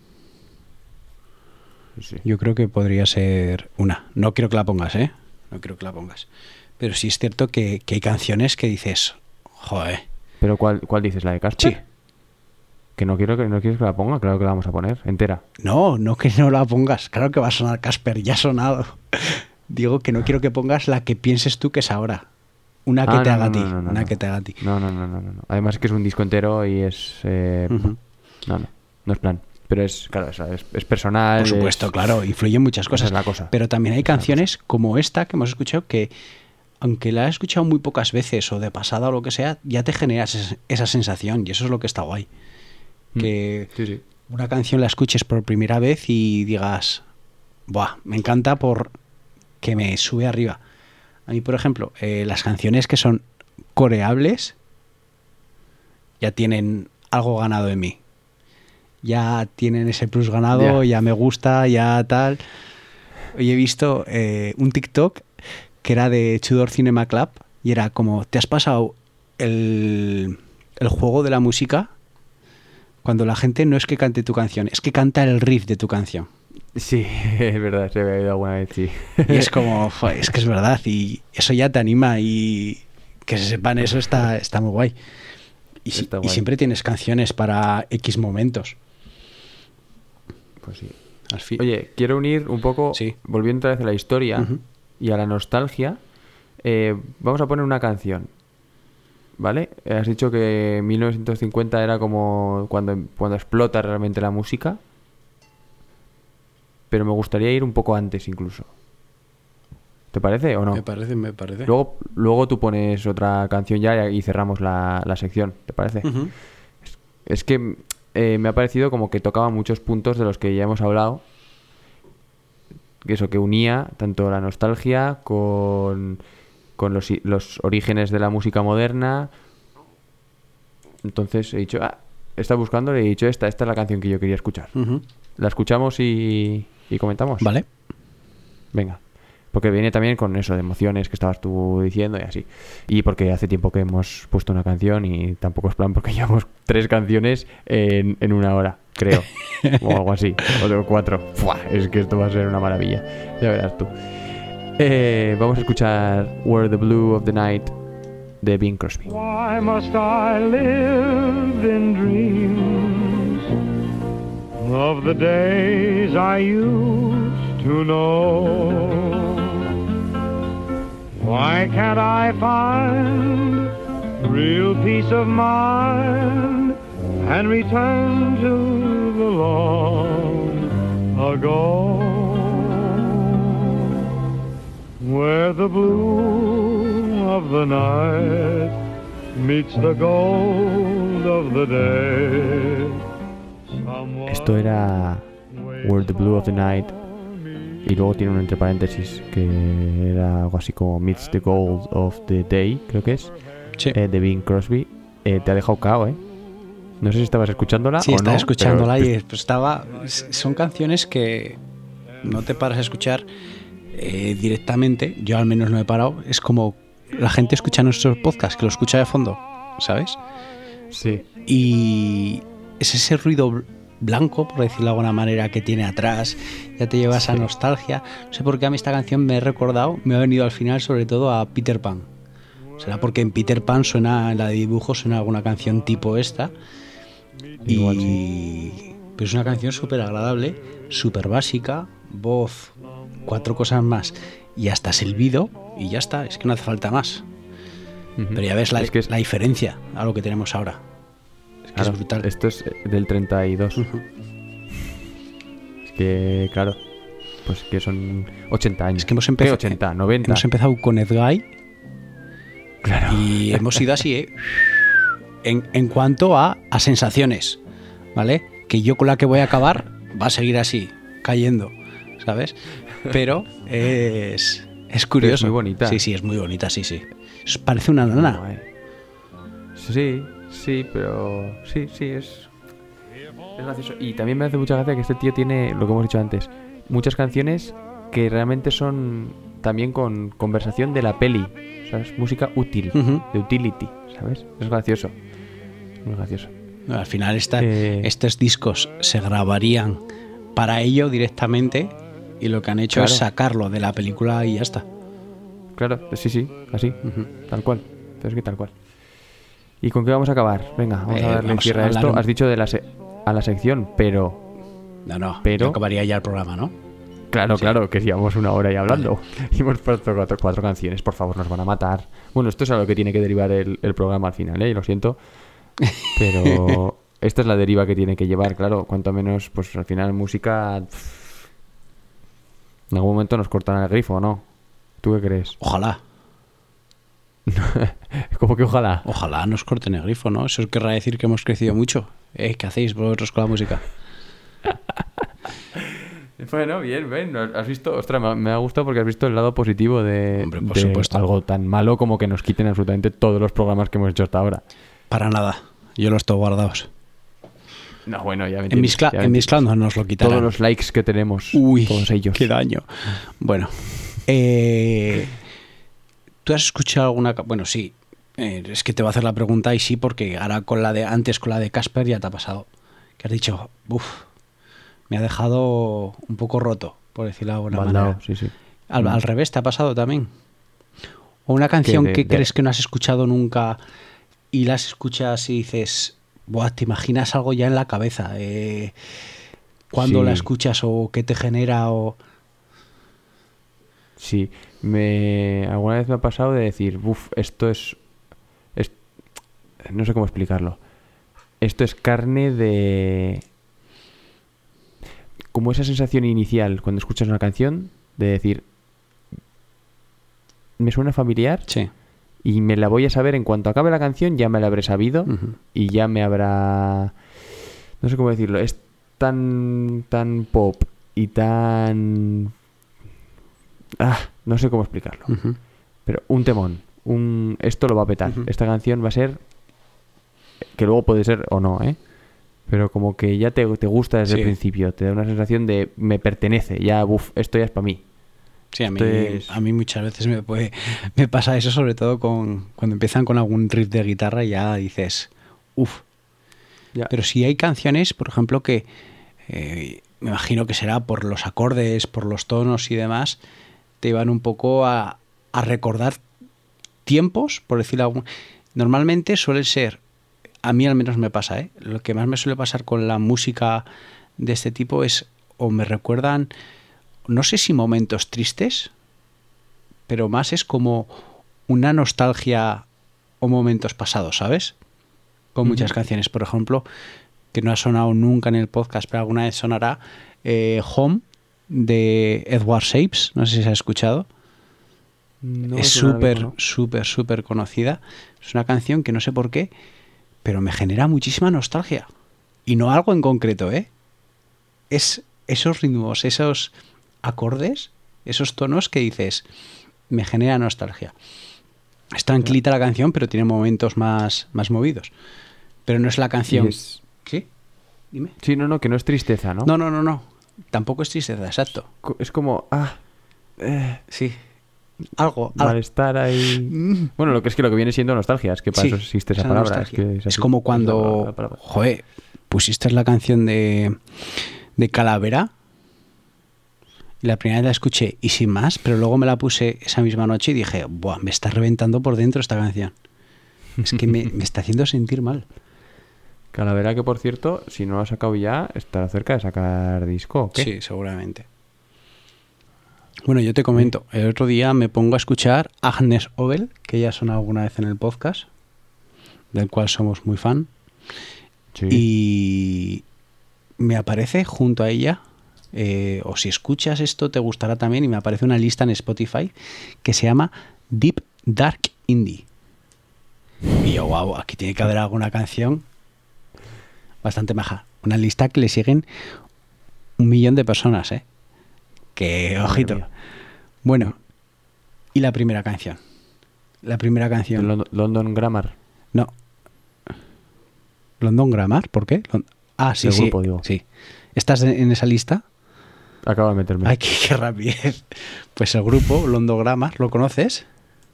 Sí, sí. Yo creo que podría ser una. No quiero que la pongas, ¿eh? No quiero que la pongas. Pero sí es cierto que, que hay canciones que dices, joder. Pero ¿cuál, cuál dices? ¿La de Casper? Sí. Que no quiero que no quieres que la ponga, claro que la vamos a poner, entera. No, no que no la pongas. Claro que va a sonar Casper, ya ha sonado. Digo que no quiero que pongas la que pienses tú que es ahora. Una que Ah, te no, haga no, a ti. no, no, no, una no. que te haga a ti. No, no, no, no, no. no. Además que es un disco entero y es... eh, Ujú. No, no, no es plan. Pero es, claro, es, es, es personal. Por supuesto, es- claro, influyen muchas cosas. Esa es la cosa. Pero también hay Esa es la canciones como esta que hemos escuchado que, aunque la has escuchado muy pocas veces o de pasada o lo que sea, ya te generas es- esa sensación y eso es lo que está guay. Mm. Que Sí, sí. una canción la escuches por primera vez y digas, buah, me encanta por que me sube arriba. A mí, por ejemplo, eh, las canciones que son coreables ya tienen algo ganado en mí. Ya tienen ese plus ganado, Ya. ya me gusta, ya tal. Hoy he visto eh, un TikTok que era de Tudor Cinema Club y era como, ¿te has pasado el, el juego de la música? Cuando la gente no es que cante tu canción, es que canta el riff de tu canción. Sí, es verdad, se me ha ido alguna vez, sí. Y es como, "Joder, es que es verdad", y eso ya te anima y que se sepan eso está, está muy guay. Y, si- Está y guay. siempre tienes canciones para X momentos. Pues sí. Al fin. Oye, quiero unir un poco, Sí. volviendo otra vez a la historia Ujú. y a la nostalgia, eh, vamos a poner una canción, ¿vale? Eh, Has dicho que mil novecientos cincuenta era como cuando, cuando explota realmente la música, pero me gustaría ir un poco antes incluso. ¿Te parece o no? Me parece, me parece. Luego, luego tú pones otra canción ya y cerramos la, la sección, ¿te parece? Ujú. Es que eh, me ha parecido como que tocaba muchos puntos de los que ya hemos hablado. Que Eso, que unía tanto la nostalgia con, con los, i- los orígenes de la música moderna. Entonces he dicho, ah, está buscando y he dicho, esta, esta es la canción que yo quería escuchar. Ujú. ¿La escuchamos y, y comentamos? Vale. Venga. Porque viene también con eso de emociones que estabas tú diciendo y así. Y porque hace tiempo que hemos puesto una canción y tampoco es plan porque llevamos tres canciones en, en una hora, creo. O algo así. O de cuatro. ¡Fua! Es que esto va a ser una maravilla. Ya verás tú. Eh, vamos a escuchar Where the Blue of the Night de Bing Crosby. Why must I live in dreams of the days I used to know? Why can't I find real peace of mind and return to the long ago, where the blue of the night meets the gold of the day? Someone Esto era Where the Blue of the Night. Y luego tiene un entre paréntesis que era algo así como Meets the Gold of the Day, creo que es, Sí. eh, de Bing Crosby. Eh, te ha dejado cao, ¿eh? No sé si estabas escuchándola Sí, o estaba no. escuchándola pero- y pues, estaba... Son canciones que no te paras a escuchar eh, directamente. Yo al menos no he parado. Es como la gente escucha nuestros podcasts, que lo escucha de fondo, ¿sabes? Sí. Y es ese ruido bl- blanco, por decirlo de alguna manera, que tiene atrás, ya te lleva esa Sí. nostalgia. No sé por qué a mí esta canción me he recordado, me ha venido al final sobre todo a Peter Pan. Será porque en Peter Pan suena, en la de dibujos suena alguna canción tipo esta. Igual y, pero es una canción súper agradable, súper básica, voz, cuatro cosas más y hasta silbido y ya está, es que no hace falta más. Ujú. Pero ya ves la, Es que es- la diferencia a lo que tenemos ahora. Es que Claro, es brutal. Esto es del treinta y dos. Ujú. Es que, claro, pues que son ochenta años. Es que hemos ¿Qué empezado, ochenta, noventa. hemos empezado con Edguy Claro. y hemos ido así, ¿eh? En, en cuanto a, a sensaciones, ¿vale? Que yo con la que voy a acabar va a seguir así, cayendo, ¿sabes? Pero es, es curioso. muy bonita. Sí, sí, es muy bonita, sí, sí. Es- Parece una nana. Guay. Sí, sí, pero sí, sí, es, es gracioso. Y también me hace mucha gracia que este tío tiene, lo que hemos dicho antes, muchas canciones que realmente son también con conversación de la peli, ¿sabes? Música útil, Ujú. de utility, ¿sabes? Es gracioso, muy gracioso. Al final esta- Eh. estos discos se grabarían para ello directamente y lo que han hecho Claro. es sacarlo de la película y ya está. Claro, sí, sí, así, Ujú. tal cual, pero es que tal cual. ¿Y con qué vamos a acabar? Venga, vamos Eh, a darle vamos cierre a a hablar esto. un- Has dicho de la se- a la sección, pero No, no, Pero- ya acabaría ya el programa, ¿no? Claro, claro, que llevamos una hora ahí hablando. Y hemos puesto cuatro, cuatro canciones, por favor, nos van a matar. Bueno, esto es a lo que tiene que derivar el, el programa al final, ¿eh? Y lo siento. Pero esta es la deriva que tiene que llevar, claro. Cuanto menos, pues al final música... pff, en algún momento nos cortan el grifo, ¿no? ¿Tú qué crees? Ojalá, Como que ojalá. ojalá nos corten el grifo, ¿no? Eso querrá decir que hemos crecido mucho. ¿Eh? ¿Qué hacéis vosotros con la música? Bueno, bien, bien. Has visto, ostras, me ha, me ha gustado porque has visto el lado positivo de, Hombre, por de supuesto. algo tan malo como que nos quiten absolutamente todos los programas que hemos hecho hasta ahora. Para nada, yo los tengo guardados. No, bueno, ya me En mis, entiendes, cla- ya me en mis entiendes. clan no nos lo quitarán. Todos los likes que tenemos, Uy, todos ellos. qué daño. Bueno, eh, ¿tú has escuchado alguna? ca- Bueno, sí. Eh, es que te voy a hacer la pregunta y sí, porque ahora con la de antes con la de Casper ya te ha pasado. Que has dicho, uff, me ha dejado un poco roto, por decirlo de alguna Baldao, manera. sí, sí. Al, Mm. al revés, ¿te ha pasado también? O una canción de- que de- crees que no has escuchado nunca y las escuchas y dices, buah, te imaginas algo ya en la cabeza. Eh, ¿Cuándo Sí. la escuchas o qué te genera? O... Sí, me alguna vez me ha pasado de decir, uff, esto es, es... No sé cómo explicarlo. Esto es carne de... Como esa sensación inicial cuando escuchas una canción de decir, me suena familiar Sí. y me la voy a saber en cuanto acabe la canción, ya me la habré sabido Ujú. y ya me habrá... No sé cómo decirlo, es tan, tan pop y tan... Ah, no sé cómo explicarlo. Ujú. Pero un temón, un esto lo va a petar. Ujú. Esta canción va a ser... Que luego puede ser o no, ¿eh? Pero como que ya te, te gusta desde Sí. el principio. Te da una sensación de me pertenece. Ya, buf, esto ya es para mí. Sí, a mí, Entonces- a mí muchas veces me puede, me pasa eso, sobre todo con cuando empiezan con algún riff de guitarra y ya dices, uff. Ya. Pero sí hay canciones, por ejemplo, que eh, me imagino que será por los acordes, por los tonos y demás, te iban un poco a, a recordar tiempos, por decirlo algún. Normalmente suele ser, a mí al menos me pasa, ¿eh? Lo que más me suele pasar con la música de este tipo es, o me recuerdan, no sé si momentos tristes, pero más es como una nostalgia o momentos pasados, ¿sabes? Con muchas Ujú. canciones, por ejemplo, que no ha sonado nunca en el podcast, pero alguna vez sonará, eh, Home, de Edward Shapes, no sé si se ha escuchado. No Es sé nada súper, mismo, ¿no? súper, súper conocida. Es una canción que no sé por qué, pero me genera muchísima nostalgia. Y no algo en concreto, ¿eh? Es esos ritmos, esos acordes, esos tonos que dices, me genera nostalgia. Es tranquilita la canción, pero tiene momentos más, más movidos. Pero no es la canción... Y es- ¿Sí? Dime. Sí, no, no, que no es tristeza, ¿no? No, no, no, no. Tampoco es tristeza, exacto. Co- Es como, ah, eh, Sí. Algo, algo. malestar ahí. Mm. Bueno, lo que es que lo que viene siendo nostalgia, es que para Sí, eso existe esa esa palabra. Es, nostalgia. que Es así, como es la cuando, palabra- la palabra. joder, pusiste la canción de, de Calavera y la primera vez la escuché y sin más, pero luego me la puse esa misma noche y dije, buah, me está reventando por dentro esta canción. Es que me, me está haciendo sentir mal. Calavera que, por cierto, si no lo ha sacado ya, estará cerca de sacar disco, ¿o qué? Sí, seguramente. Bueno, yo te comento, el otro día me pongo a escuchar Agnes Obel, que ya sonado alguna vez en el podcast, del cual somos muy fan, Sí. y me aparece junto a ella, eh, o si escuchas esto te gustará también, y me aparece una lista en Spotify que se llama Deep Dark Indie. Y yo, wow, aquí tiene que haber alguna canción bastante maja. Una lista que le siguen un millón de personas, ¿eh? Que, ojito. mía. Bueno, y la primera canción. La primera canción. Lon- London Grammar. No. London Grammar, ¿por qué? Lon- ah, sí, Del sí. grupo, digo. Sí. ¿Estás en en esa lista? Acabo de meterme. Ay, qué, qué rapidez. Pues el grupo, London Grammar, ¿lo conoces?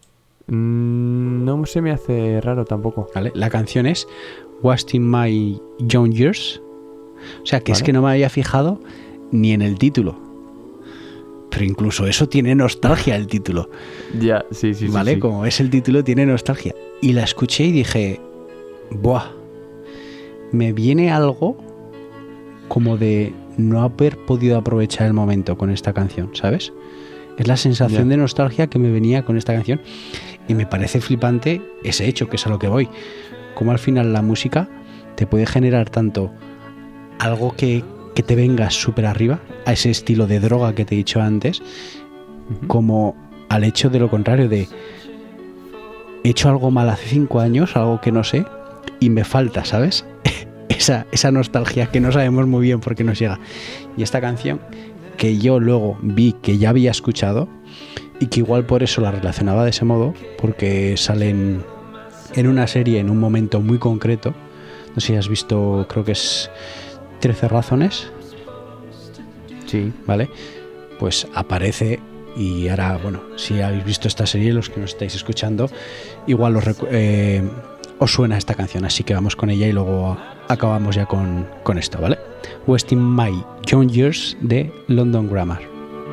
Mm, no se me hace raro tampoco. ¿Vale? La canción es Wasting My Young Years. O sea, que es Vale. que no me había fijado ni en el título. Pero incluso eso tiene nostalgia, el título. Ya, sí, sí, sí. ¿Vale? sí. Como es el título, tiene nostalgia. Y la escuché y dije, ¡buah! Me viene algo como de no haber podido aprovechar el momento con esta canción, ¿sabes? Es la sensación Ya. de nostalgia que me venía con esta canción. Y me parece flipante ese hecho, que es a lo que voy. Como al final la música te puede generar tanto algo que, que te venga súper arriba, a ese estilo de droga que te he dicho antes, Ujú. como al hecho de lo contrario, de he hecho algo mal hace cinco años, algo que no sé, y me falta, ¿sabes? esa, esa nostalgia que no sabemos muy bien por qué nos llega. Y esta canción, que yo luego vi que ya había escuchado, y que igual por eso la relacionaba de ese modo, porque sale en, en una serie en un momento muy concreto. No sé si has visto, creo que es trece razones, Sí. ¿vale? Pues aparece, y ahora, bueno, si habéis visto esta serie, los que nos estáis escuchando, igual os, recu- eh, os suena esta canción, así que vamos con ella y luego acabamos ya con, con esto, ¿vale? Wasting My Young Years de London Grammar.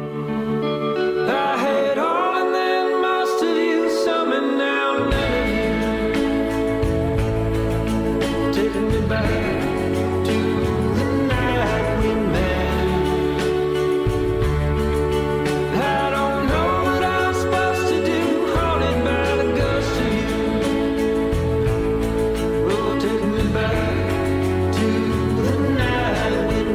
I had all and then most of you, some and now none of you. Taking me back to the night we met. I don't know what I'm supposed to do, haunted by the ghost of you. Oh, take me back to the night we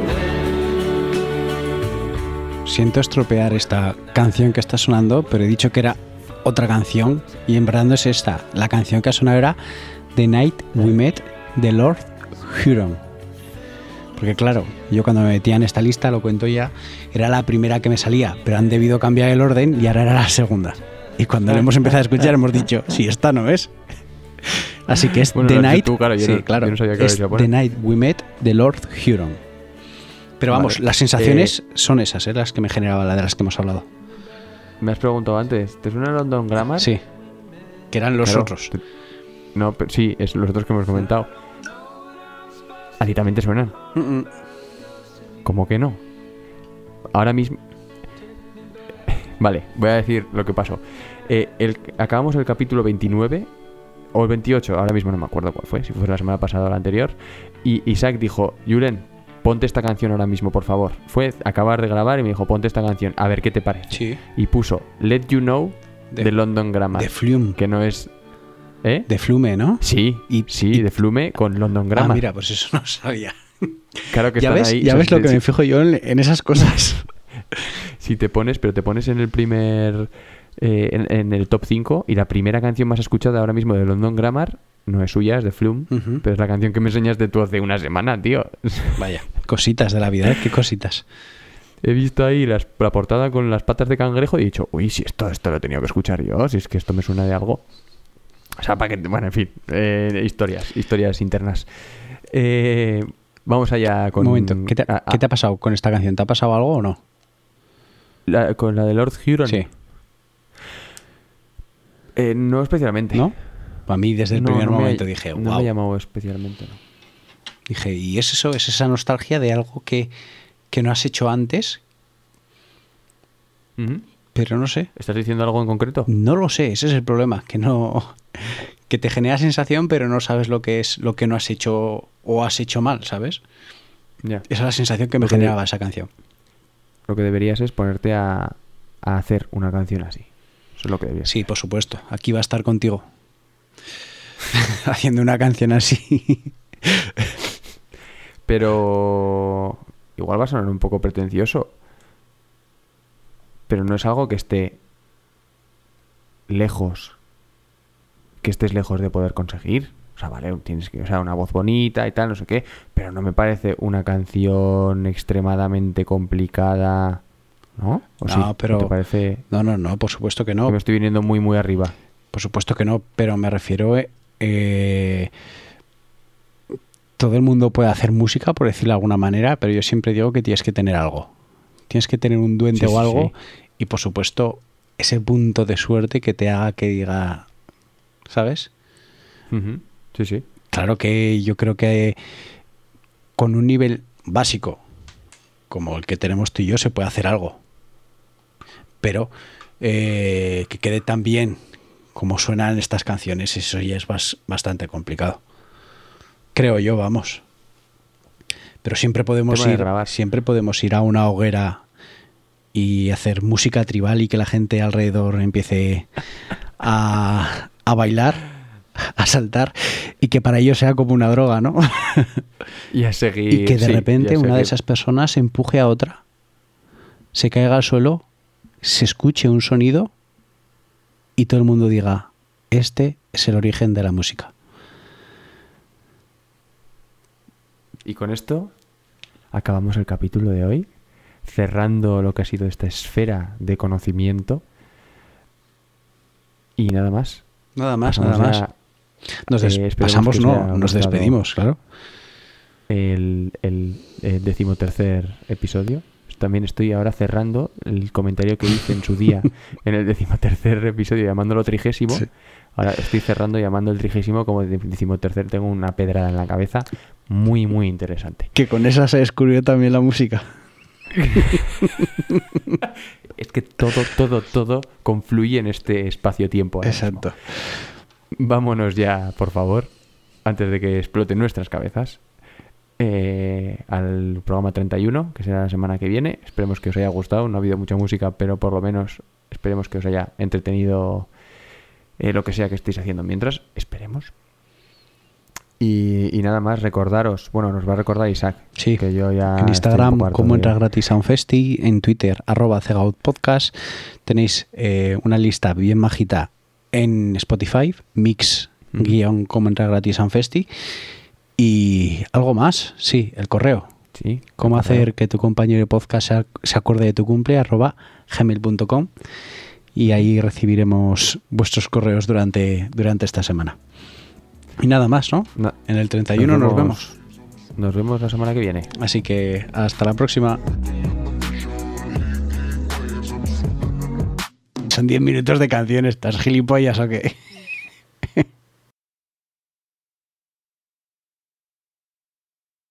met. Siento estropear esta canción que está sonando, pero he dicho que era otra canción, y en verdad no es esta. La canción que ha sonado era The Night We Met de Lord Huron. Porque claro, yo cuando me metía en esta lista, lo cuento ya, era la primera que me salía, pero han debido cambiar el orden y ahora era la segunda. Y cuando la hemos empezado a escuchar hemos dicho, sí, esta no es. Así que es Bueno, The lo has dicho Night, tú, claro, yo sí, no- claro, yo no sabía que es lo ibas a poner. The Night We Met de Lord Huron. Pero vamos, Vale. las sensaciones son esas, ¿eh? Las que me generaba, la de las que hemos hablado. Me has preguntado antes, ¿te suena London Grammar? Sí, que eran los Claro, otros. te- No, pero sí, es los otros que hemos comentado. ¿A ti también te suenan? Mm, mm. ¿Cómo que no? Ahora mismo... Vale, voy a decir lo que pasó. Eh, el, acabamos el capítulo veintinueve o el veintiocho, ahora mismo no me acuerdo cuál fue, si fue la semana pasada o la anterior. Y Isaac dijo, Julen, ponte esta canción ahora mismo, por favor. Fue acabar de grabar y me dijo, ponte esta canción, a ver qué te parece. Sí. Y puso Let You Know De- de, London Grammar. De Flume. que no es... ¿Eh? De Flume, ¿no? Sí, Y- sí, y- de Flume con London Grammar. Ah, mira, pues eso no sabía. Claro que Ya están ves, ahí. ya o sea, ves lo si- que si- me fijo yo en, en esas cosas. Si te pones, pero te pones en el primer... eh, en, en el top cinco, y la primera canción más escuchada ahora mismo de London Grammar no es suya, es de Flume, Ujú. pero es la canción que me enseñaste tú hace una semana, tío. Vaya, cositas de la vida, ¿eh? Qué cositas. He visto ahí las- la portada con las patas de cangrejo y he dicho, uy, si esto, esto lo he tenido que escuchar yo, si es que esto me suena de algo. O sea, para que... Bueno, en fin, eh, historias, historias internas. Eh, vamos allá con... Un momento, ¿qué te, ah, ah, qué te ha pasado con esta canción? ¿Te ha pasado algo o no? la- con la de Lord Huron. Sí. Eh, no especialmente. ¿No? A mí desde el No, primer no me ha- momento dije, No me wow. ha llamado especialmente, no. Dije, y es eso, es esa nostalgia de algo que, que no has hecho antes, Ujú. pero no sé. ¿Estás diciendo algo en concreto? No lo sé, ese es el problema, que no, que te genera sensación, pero no sabes lo que es lo que no has hecho o has hecho mal, ¿sabes? Ya. Esa es la sensación que me Lo que generaba de- esa canción. Lo que deberías es ponerte a, a hacer una canción así. Eso es lo que deberías. Sí, por supuesto. Aquí va a estar contigo. Haciendo una canción así. Pero igual va a sonar un poco pretencioso. Pero no es algo que esté lejos. Que estés lejos de poder conseguir. O sea, vale, tienes que, o sea, una voz bonita y tal, no sé qué. Pero no me parece una canción extremadamente complicada. ¿No? ¿O No, sí? pero- ¿O te parece No, no, no, por supuesto que no. que me estoy viniendo muy, muy arriba? Por supuesto que no, pero me refiero... Eh, todo el mundo puede hacer música, por decirlo de alguna manera, pero yo siempre digo que tienes que tener algo. Tienes que tener un duende Sí, sí, o algo sí. y, por supuesto, ese punto de suerte que te haga que diga... ¿Sabes? Ujú. Sí, sí. Claro que yo creo que con un nivel básico como el que tenemos tú y yo se puede hacer algo. Pero eh, que quede tan bien como suenan estas canciones, eso ya es bas- bastante complicado. Creo yo, vamos. Pero siempre podemos Tema de ir, grabar. siempre podemos ir a una hoguera y hacer música tribal y que la gente alrededor empiece a, a bailar, a saltar, y que para ellos sea como una droga, ¿no? Y a seguir. Y que de sí, y a repente una de seguir. esas personas empuje a otra, se caiga al suelo, se escuche un sonido y todo el mundo diga, este es el origen de la música. Y con esto acabamos el capítulo de hoy, cerrando lo que ha sido esta esfera de conocimiento. Y nada más. Nada más, Pasamos nada más. ya, Nos des- eh, esperemos pasamos, que os haya no, nos gustado despedimos, claro. El, el, eh, decimotercer episodio. También estoy ahora cerrando el comentario que hice en su día en el decimotercer episodio llamándolo trigésimo. Sí. Ahora estoy cerrando llamando el trigésimo como decimotercer. Tengo una pedrada en la cabeza muy, muy interesante. Que con esa se descubrió también la música. Es que todo, todo, todo confluye en este espacio-tiempo. ahora mismo. Exacto. Vámonos ya, por favor, antes de que exploten nuestras cabezas, eh, al programa treinta y uno, que será la semana que viene. Esperemos que os haya gustado. No ha habido mucha música, pero por lo menos esperemos que os haya entretenido eh, lo que sea que estéis haciendo mientras. Esperemos. Y, y nada más, recordaros, bueno, nos va a recordar Isaac, Sí, que yo ya en estoy Instagram, un poco harto como de- entrar gratis a un festi, en Twitter, arroba cegautpodcast, tenéis eh, una lista bien majita en Spotify, mix Ujú. guión como entrar gratis a un festi, y algo más, sí, el correo. Sí, Cómo el correo. hacer que tu compañero de podcast se, ac- se acuerde de tu cumple, arroba gmail punto com, y ahí recibiremos vuestros correos durante, durante esta semana. Y nada más, ¿no? Na- En el treinta y uno nos vemos. Nos vemos la semana que viene. Así que hasta la próxima. Son diez minutos de canción, ¿estás gilipollas o qué?